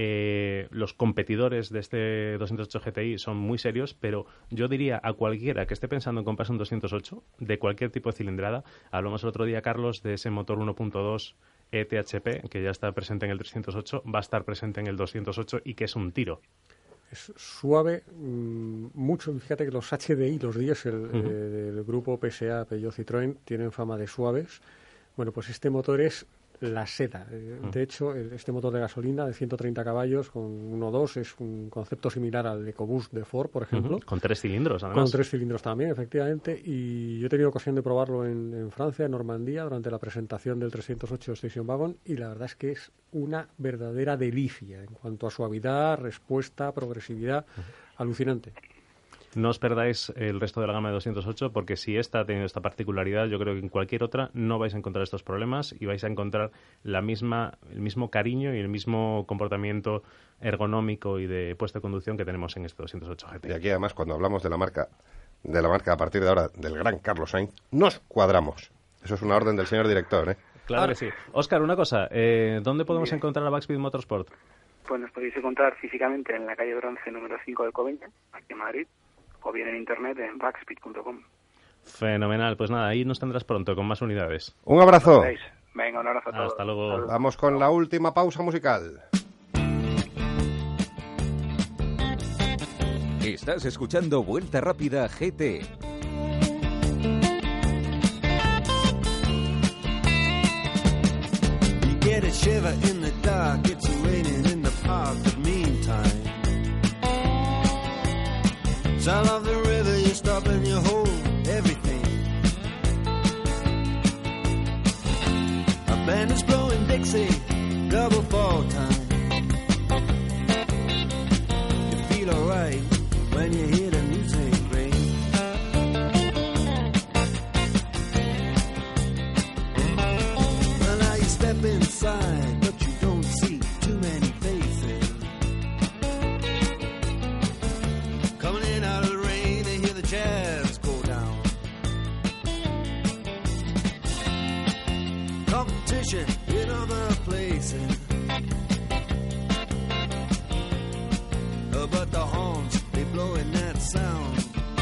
los competidores de este 208 GTI son muy serios, pero yo diría a cualquiera que esté pensando en comprarse un 208 de cualquier tipo de cilindrada, hablamos el otro día, Carlos, de ese motor 1.2 ETHP, que ya está presente en el 308, va a estar presente en el 208 y que es un tiro. Es suave, mucho. Fíjate que los HDI, los diésel del grupo PSA, Peugeot, Citroën, tienen fama de suaves. Bueno, pues este motor es la seda. De hecho, este motor de gasolina de 130 caballos con 1.2 es un concepto similar al EcoBoost de Ford, por ejemplo. Con 3 cilindros, además. Con 3 cilindros también, efectivamente. Y yo he tenido ocasión de probarlo en Francia, en Normandía, durante la presentación del 308 Station Wagon, y la verdad es que es una verdadera delicia en cuanto a suavidad, respuesta, progresividad, alucinante. No os perdáis el resto de la gama de 208 porque si esta ha tenido esta particularidad, yo creo que en cualquier otra no vais a encontrar estos problemas y vais a encontrar el mismo cariño y el mismo comportamiento ergonómico y de puesto de conducción que tenemos en este 208 GT. Y aquí además cuando hablamos de la marca a partir de ahora del gran Carlos Sainz, nos cuadramos. Eso es una orden del señor director, ¿eh? Claro que sí. Óscar, una cosa, ¿dónde podemos encontrar a Backspeed Motorsport? Pues nos podéis encontrar físicamente en la calle Bronce número 5 de Coveñas, aquí en Madrid, o bien en internet en backspeed.com. Fenomenal, pues nada, ahí nos tendrás pronto con más unidades. Un abrazo. Venga, un abrazo a todos. Hasta luego. Saludos. Vamos con la última pausa musical. Estás escuchando Vuelta Rápida GT. You get a shiver in the dark, it's raining in the park, but meantime sound of the river, you stop say double fall time. You feel alright when you hear the music ring. Well, now you step inside, but you don't see too many faces. Coming in out of the rain, they hear the jazz go down. Competition in other places. But the horns, they blowing that sound.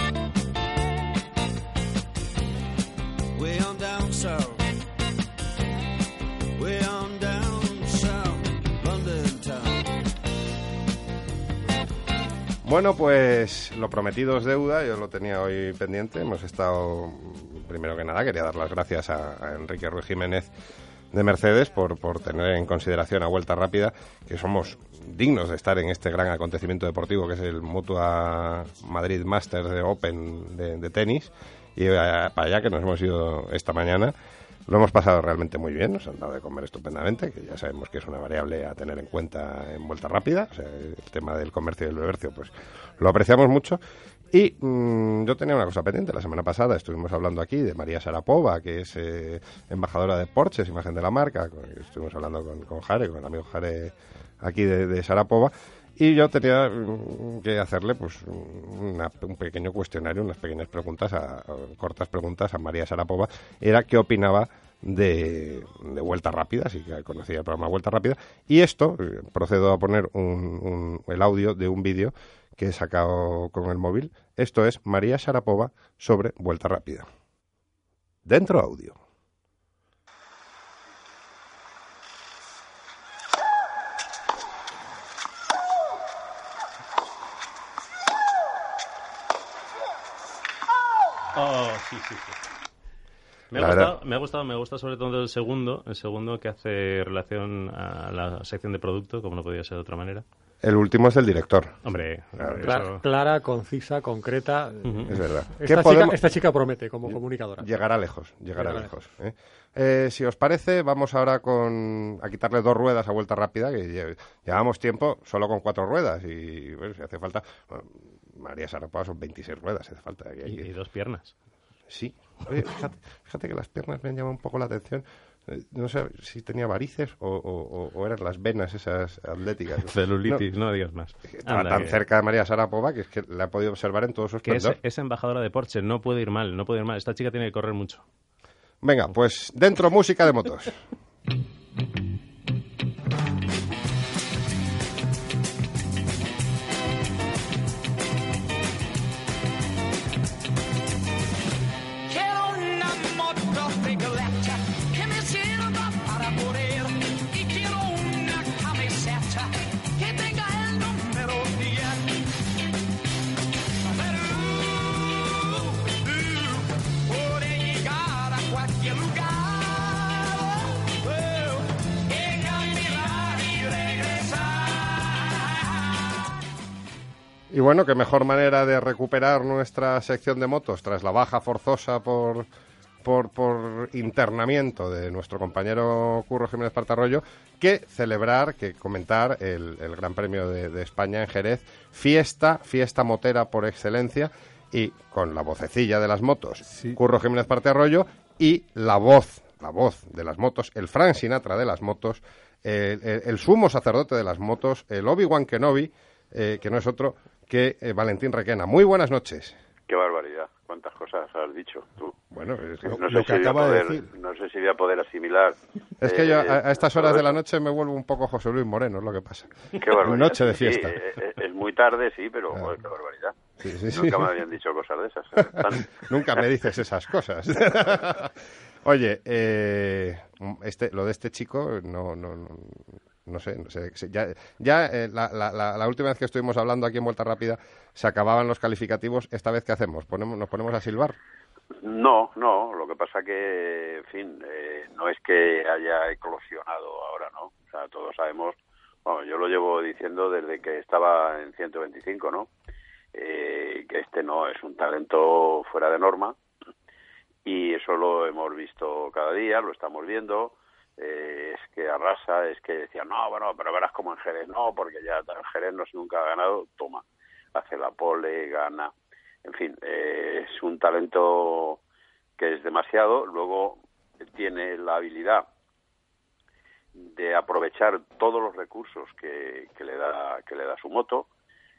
Way on down south. Way on down south. London town. Bueno, pues lo prometido es deuda, yo lo tenía hoy pendiente. Hemos estado, primero que nada, quería dar las gracias a Enrique Ruiz Jiménez de Mercedes por tener en consideración a Vuelta Rápida, que somos dignos de estar en este gran acontecimiento deportivo que es el Mutua Madrid Masters de Open de tenis, y para allá que nos hemos ido esta mañana. Lo hemos pasado realmente muy bien, nos han dado de comer estupendamente, que ya sabemos que es una variable a tener en cuenta en Vuelta Rápida, o sea, el tema del comercio y el bebercio, pues lo apreciamos mucho. Y yo tenía una cosa pendiente. La semana pasada estuvimos hablando aquí de María Sharapova, que es embajadora de Porsche, es imagen de la marca. Estuvimos hablando con Jare, con el amigo Jare aquí de Sharapova. Y yo tenía que hacerle pues un pequeño cuestionario, unas pequeñas preguntas, cortas preguntas a María Sharapova. Era qué opinaba de Vuelta Rápida, así que conocía el programa Vuelta Rápida. Y esto, procedo a poner el audio de un vídeo que he sacado con el móvil. Esto es María Sharapova sobre Vuelta Rápida. Dentro audio. Oh, sí. Me ha gustado sobre todo el segundo que hace relación a la sección de producto, como no podía ser de otra manera. El último es el director. Hombre, clara, concisa, concreta. Es verdad. Esta chica promete como comunicadora. Llegará lejos. Si os parece, vamos ahora a quitarle 2 ruedas a Vuelta Rápida, que llevamos tiempo solo con 4 ruedas y bueno, si hace falta... Bueno, María Sharapova son 26 ruedas, hace falta. Y 2 piernas. Sí. Oye, fíjate que las piernas me han llamado un poco la atención. No sé si tenía varices o eran las venas esas atléticas. Celulitis, no digas más. Estaba tan cerca de María Sharapova que es que la he podido observar en todos sus esplendor. Es embajadora de Porsche, no puede ir mal. Esta chica tiene que correr mucho. Venga, pues dentro música de motos. Y bueno, qué mejor manera de recuperar nuestra sección de motos tras la baja forzosa por internamiento de nuestro compañero Curro Jiménez Partarroyo que comentar el Gran Premio de España en Jerez, fiesta motera por excelencia, y con la vocecilla de las motos, sí. Curro Jiménez Partarroyo, y la voz de las motos, el Frank Sinatra de las motos, el sumo sacerdote de las motos, el Obi-Wan Kenobi, que no es otro que Valentín Requena. Muy buenas noches. Qué barbaridad, cuántas cosas has dicho tú. Bueno, es lo que acaba de decir. No sé si voy a poder asimilar. Es que yo a estas horas de la noche me vuelvo un poco José Luis Moreno, es lo que pasa. Qué barbaridad. Noche de fiesta. Sí, es muy tarde, sí, pero joder, qué barbaridad. Sí. Nunca me habían dicho cosas de esas. Nunca me dices esas cosas. Oye, lo de este chico no sé, la última vez que estuvimos hablando aquí en Vuelta Rápida se acababan los calificativos. ¿Esta vez qué hacemos? ¿Nos ponemos a silbar? No, lo que pasa que, en fin, no es que haya eclosionado ahora, ¿no? O sea, todos sabemos, bueno, yo lo llevo diciendo desde que estaba en 125, ¿no? Que este no es un talento fuera de norma, y eso lo hemos visto cada día, lo estamos viendo. es que arrasa, es que decía, no, bueno, pero verás como en Jerez, no, porque ya en Jerez nunca ha ganado, toma, hace la pole, gana, en fin, es un talento que es demasiado, luego tiene la habilidad de aprovechar todos los recursos que le da su moto.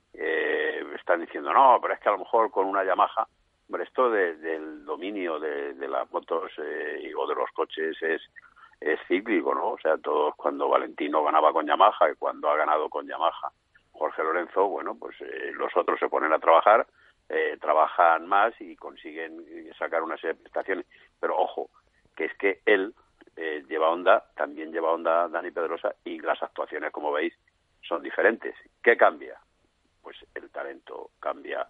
Están diciendo, no, pero es que a lo mejor con una Yamaha, hombre, esto del dominio de las motos o de los coches es cíclico, ¿no? O sea, todos, cuando Valentino ganaba con Yamaha y cuando ha ganado con Yamaha Jorge Lorenzo, bueno, pues los otros se ponen a trabajar, trabajan más y consiguen sacar una serie de prestaciones. Pero ojo, que es que él lleva Honda, también lleva Honda Dani Pedrosa, y las actuaciones, como veis, son diferentes. ¿Qué cambia? Pues el talento cambia,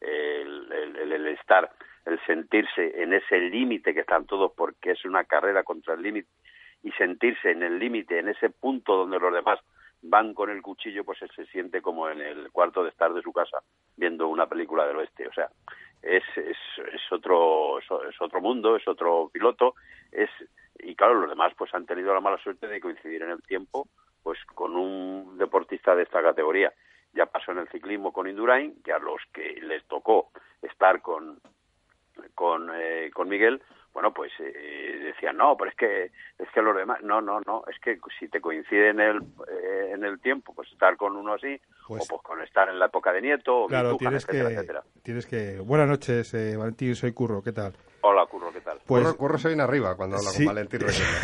el estar, el sentirse en ese límite que están todos, porque es una carrera contra el límite, y sentirse en el límite, en ese punto donde los demás van con el cuchillo, pues él se siente como en el cuarto de estar de su casa viendo una película del oeste. O sea, es otro mundo, es otro piloto, y claro, los demás pues han tenido la mala suerte de coincidir en el tiempo pues con un deportista de esta categoría. Ya pasó en el ciclismo con Indurain, que a los que les tocó estar con Miguel, bueno, pues decían, no, pero es que los demás, no, es que si te coincide en el tiempo, pues estar con uno así, pues, o pues con estar en la época de Nieto, o claro, Bitujan, etcétera. Tienes que... Buenas noches, Valentín, soy Curro, ¿qué tal? Hola, Curro, ¿qué tal? Pues... Curro se viene arriba cuando habla con Valentín.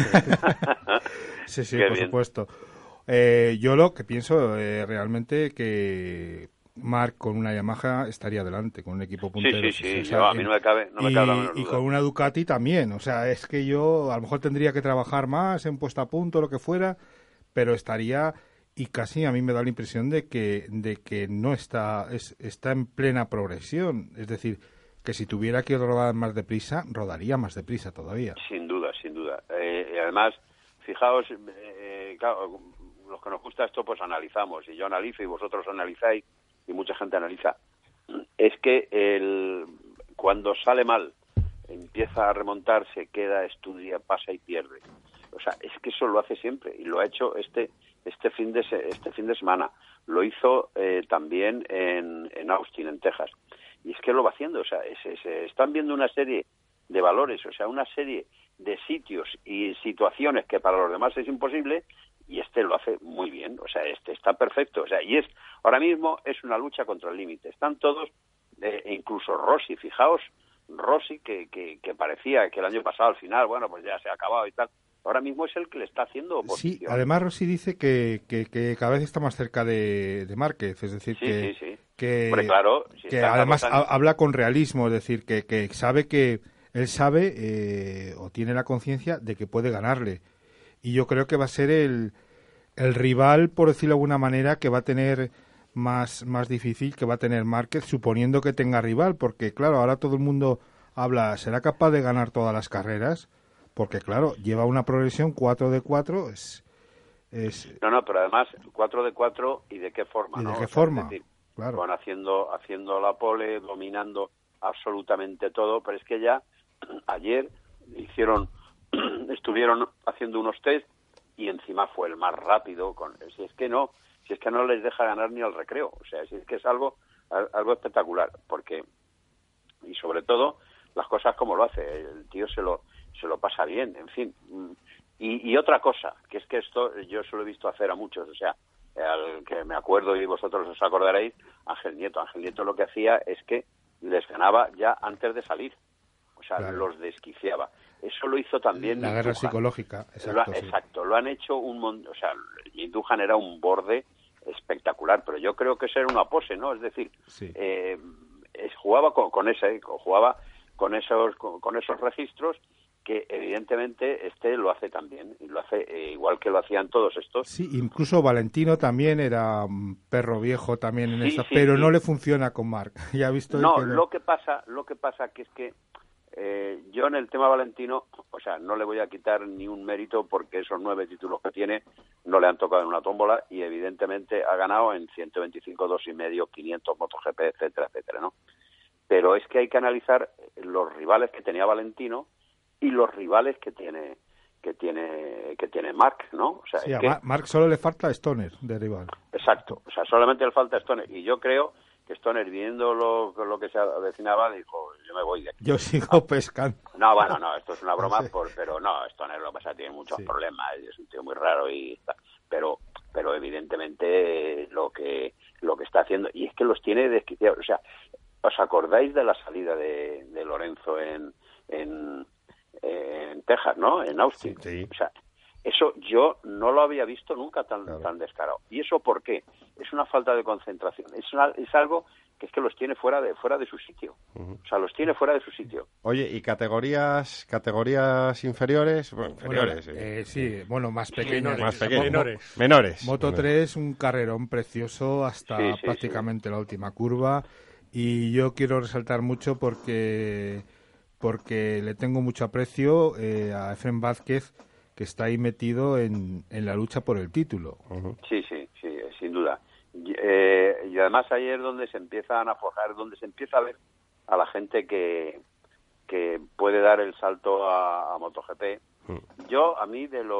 Sí, por bien. Supuesto. Yo lo que pienso realmente que Marc con una Yamaha estaría adelante, con un equipo puntero. Sí, o sea, a mí no me cabe la menor duda. Y con una Ducati también, o sea, es que yo a lo mejor tendría que trabajar más en puesta a punto, lo que fuera, pero estaría, y casi a mí me da la impresión de que no está en plena progresión, es decir, que si tuviera que rodar más deprisa, rodaría más deprisa todavía. Sin duda. Y además, fijaos, claro, los que nos gusta esto, pues analizamos, y yo analizo y vosotros analizáis, y mucha gente analiza. Es que cuando sale mal, empieza a remontar, se queda, estudia, pasa y pierde. O sea, es que eso lo hace siempre, y lo ha hecho este fin de semana. Lo hizo también en Austin, en Texas. Y es que lo va haciendo, o sea, se están viendo una serie de valores, o sea, una serie de sitios y situaciones que para los demás es imposible, y lo hace muy bien, o sea, está perfecto, o sea, y ahora mismo es una lucha contra el límite. Están todos, incluso Rossi, fijaos, Rossi que parecía que el año pasado al final, bueno, pues ya se ha acabado y tal, ahora mismo es el que le está haciendo oposición. Sí, además Rossi dice que cada vez está más cerca de Márquez, es decir, sí. que, hombre, claro, si que además habla con realismo, es decir, que sabe que él sabe o tiene la conciencia de que puede ganarle. Y yo creo que va a ser el rival, por decirlo de alguna manera, que va a tener más difícil, que va a tener Márquez, suponiendo que tenga rival, porque claro, ahora todo el mundo habla, ¿será capaz de ganar todas las carreras? Porque claro, lleva una progresión 4 de 4, No, pero además 4 de 4, ¿y de qué forma? ¿Y de qué qué forma? Es decir, claro. Van haciendo la pole, dominando absolutamente todo, pero es que ya ayer estuvieron haciendo unos test y encima fue el más rápido, si es que no les deja ganar ni al recreo, o sea, si es que es algo espectacular, porque, y sobre todo las cosas como lo hace, el tío se lo pasa bien, en fin. Y otra cosa, que es que esto yo se lo he visto hacer a muchos, o sea, al que me acuerdo y vosotros os acordaréis, Ángel Nieto lo que hacía es que les ganaba ya antes de salir, o sea, claro, los desquiciaba. Eso lo hizo también la guerra psicológica, exacto, lo han hecho un montón, o sea, Bitujan era un borde espectacular, pero yo creo que eso era una pose, ¿no? Es decir, sí. Jugaba con esos registros que evidentemente lo hace también, y lo hace igual que lo hacían todos estos. Sí, incluso Valentino también era un perro viejo también en pero no le funciona con Marc. Ya ha visto no, que no. Lo que pasa que es que yo en el tema Valentino, o sea, no le voy a quitar ni un mérito porque esos 9 títulos que tiene no le han tocado en una tómbola y evidentemente ha ganado en 125, 2,5, 500 MotoGP, etcétera, ¿no? Pero es que hay que analizar los rivales que tenía Valentino y los rivales que tiene tiene Marc, ¿no? O sea, sí, a Marc solo le falta Stoner de rival. Exacto, o sea, solamente le falta Stoner, y yo creo que Stoner, viendo lo que se avecinaba, dijo, yo me voy de aquí. Yo sigo pescando. No, bueno, no, esto es una broma, Sí. pero no, Stoner lo que pasa, tiene muchos problemas, es un tío muy raro y tal, pero evidentemente lo que está haciendo, y es que los tiene desquiciados, o sea, ¿os acordáis de la salida de Lorenzo en Texas, ¿no? En Austin. Sí. O sea, eso yo no lo había visto nunca tan descarado. ¿Y eso por qué? Es una falta de concentración. Es algo que es que los tiene fuera de su sitio. O sea, los tiene fuera de su sitio. Oye, ¿y categorías inferiores? Bueno, inferiores. Sí, bueno, más pequeños. Más pequeños. Menores. Moto 3, un carrerón precioso hasta prácticamente la última curva. Y yo quiero resaltar mucho porque le tengo mucho aprecio a Efrén Vázquez, que está ahí metido en la lucha por el título. Sí, sin duda. Y además ahí es donde se empiezan a forjar, donde se empieza a ver a la gente que puede dar el salto a MotoGP. Yo, a mí, del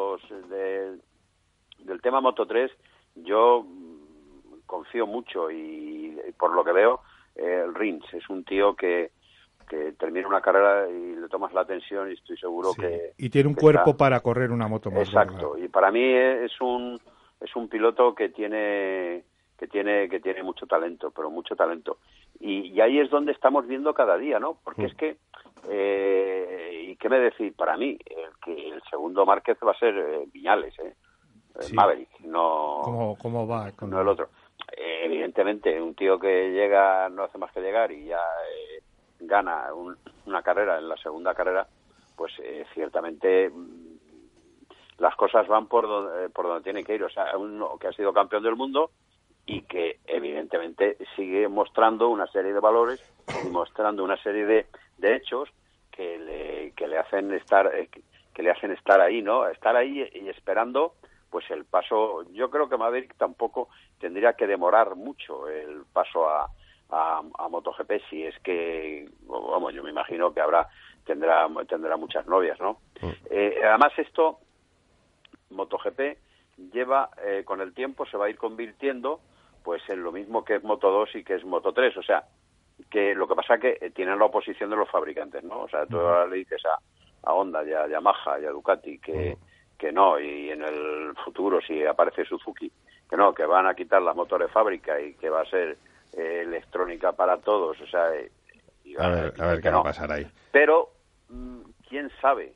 tema Moto 3, yo confío mucho y por lo que veo, el Rins es un tío que termina una carrera y le tomas la atención y estoy seguro que... Y tiene un cuerpo para correr una moto más Exacto, larga. Y para mí es un piloto que tiene mucho talento, pero mucho talento. Y ahí es donde estamos viendo cada día, ¿no? Porque es que, ¿y qué me decís? Para mí, el segundo Márquez va a ser Viñales, Maverick, no... ¿Cómo va? No el otro. Evidentemente, un tío que llega, no hace más que llegar y ya gana una carrera en la segunda carrera, pues ciertamente las cosas van por donde tiene que ir. O sea, uno que ha sido campeón del mundo y que evidentemente sigue mostrando una serie de valores y mostrando una serie de hechos que le hacen estar ahí, ¿no? Estar ahí y esperando pues el paso. Yo creo que Maverick tampoco tendría que demorar mucho el paso a MotoGP, si es que, vamos, yo me imagino que tendrá muchas novias, ¿no? Además esto, MotoGP lleva, con el tiempo se va a ir convirtiendo pues en lo mismo que es Moto 2 y que es Moto 3, o sea, que lo que pasa es que tienen la oposición de los fabricantes, ¿no? O sea, tú ahora le dices a Honda y a Yamaha y a Ducati que no, y en el futuro si aparece Suzuki, que no, que van a quitar las motos de fábrica y que va a ser electrónica para todos, o sea... a ver qué va a pasar ahí. Pero, ¿quién sabe?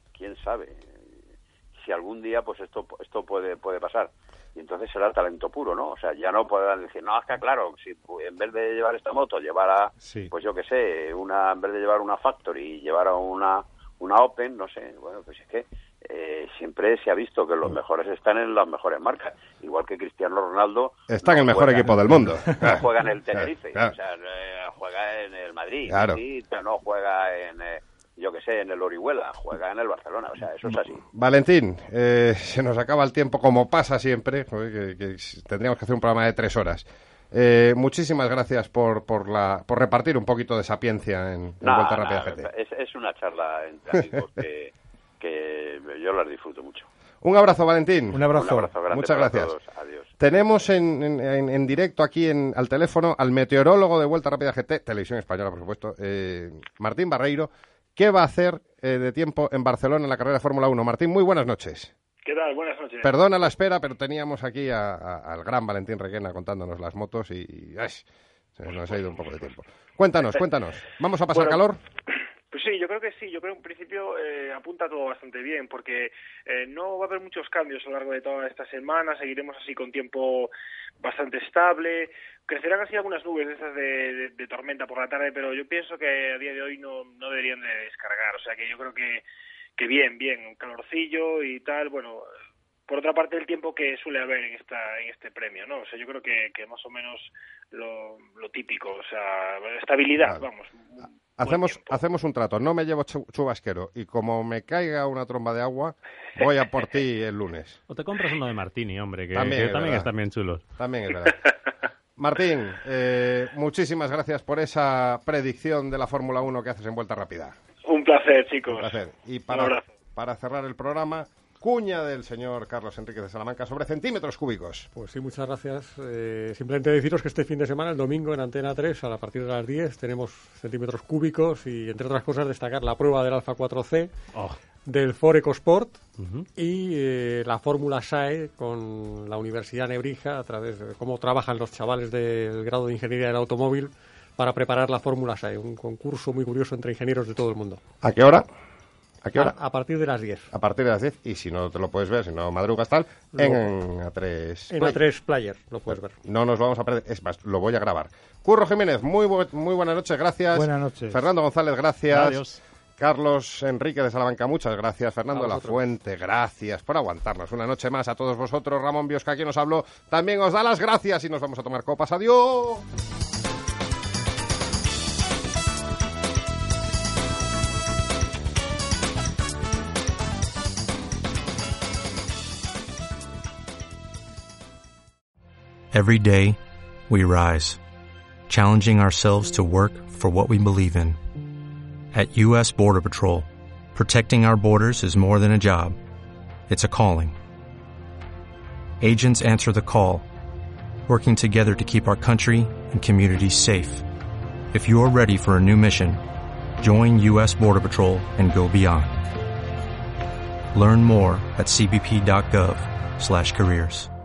Si algún día pues esto puede pasar. Y entonces será talento puro, ¿no? O sea, ya no podrán decir, no, es que claro, si en vez de llevar esta moto, llevara, pues yo qué sé, en vez de llevar una Factory, llevara una Open, no sé, bueno, pues es que siempre se ha visto que los mejores están en las mejores marcas, igual que Cristiano Ronaldo está en el mejor equipo del mundo. No juega en el Tenerife, claro. O sea, juega en el Madrid, claro. ¿sí? No juega en yo que sé, en el Orihuela, juega en el Barcelona, o sea, eso es así. Valentín, se nos acaba el tiempo como pasa siempre, que tendríamos que hacer un programa de 3 horas. Muchísimas gracias por repartir un poquito de sapiencia en Vuelta Rápida GT. Es una charla entre amigos que yo las disfruto mucho. Un abrazo, Valentín. Un abrazo grande. Muchas gracias. Todos. Adiós. Tenemos en directo aquí al teléfono al meteorólogo de Vuelta Rápida GT, Televisión Española, por supuesto, Martín Barreiro. ¿Qué va a hacer de tiempo en Barcelona en la carrera de Fórmula 1? Martín, muy buenas noches. ¿Qué tal? Buenas noches. Perdona la espera, pero teníamos aquí al gran Valentín Requena contándonos las motos y se nos ha ido un poco de tiempo. Cuéntanos. ¿Vamos a pasar calor? Pues sí, yo creo que sí. Yo creo que en principio apunta todo bastante bien, porque no va a haber muchos cambios a lo largo de toda esta semana. Seguiremos así con tiempo bastante estable. Crecerán así algunas nubes de esas de tormenta por la tarde, pero yo pienso que a día de hoy no deberían de descargar. O sea que yo creo que bien, un calorcillo y tal. Bueno, por otra parte el tiempo que suele haber en este premio, ¿no? O sea, yo creo que más o menos lo típico, o sea, estabilidad, vale. Vamos. Hacemos un trato, no me llevo chubasquero y como me caiga una tromba de agua, voy a por ti el lunes. O te compras uno de Martini, hombre, que también están bien chulos. También es verdad. Martín, muchísimas gracias por esa predicción de la Fórmula 1 que haces en Vuelta Rápida. Un placer, chicos. Un placer. Y un abrazo. para cerrar el programa, cuña del señor Carlos Enríquez de Salamanca sobre centímetros cúbicos. Pues sí, muchas gracias. Simplemente deciros que este fin de semana, el domingo, en Antena 3, a partir de las 10, tenemos centímetros cúbicos y, entre otras cosas, destacar la prueba del Alfa 4C, del Ford EcoSport y la Fórmula SAE con la Universidad Nebrija, a través de cómo trabajan los chavales del grado de Ingeniería del Automóvil para preparar la Fórmula SAE, un concurso muy curioso entre ingenieros de todo el mundo. ¿A qué hora? ¿A qué hora? A partir de las 10. A partir de las 10, y si no te lo puedes ver, si no madrugas tal, en A3 En A3 Player lo puedes ver. No nos vamos a perder, es más, lo voy a grabar. Curro Jiménez, muy buenas noches, gracias. Buenas noches. Fernando González, gracias. Adiós. Carlos Enrique de Salamanca, muchas gracias. Fernando La Fuente, gracias por aguantarnos una noche más. A todos vosotros, Ramón Biosca, quien nos habló, también os da las gracias y nos vamos a tomar copas. ¡Adiós! Every day, we rise, challenging ourselves to work for what we believe in. At U.S. Border Patrol, protecting our borders is more than a job. It's a calling. Agents answer the call, working together to keep our country and communities safe. If you are ready for a new mission, join U.S. Border Patrol and go beyond. Learn more at cbp.gov/careers.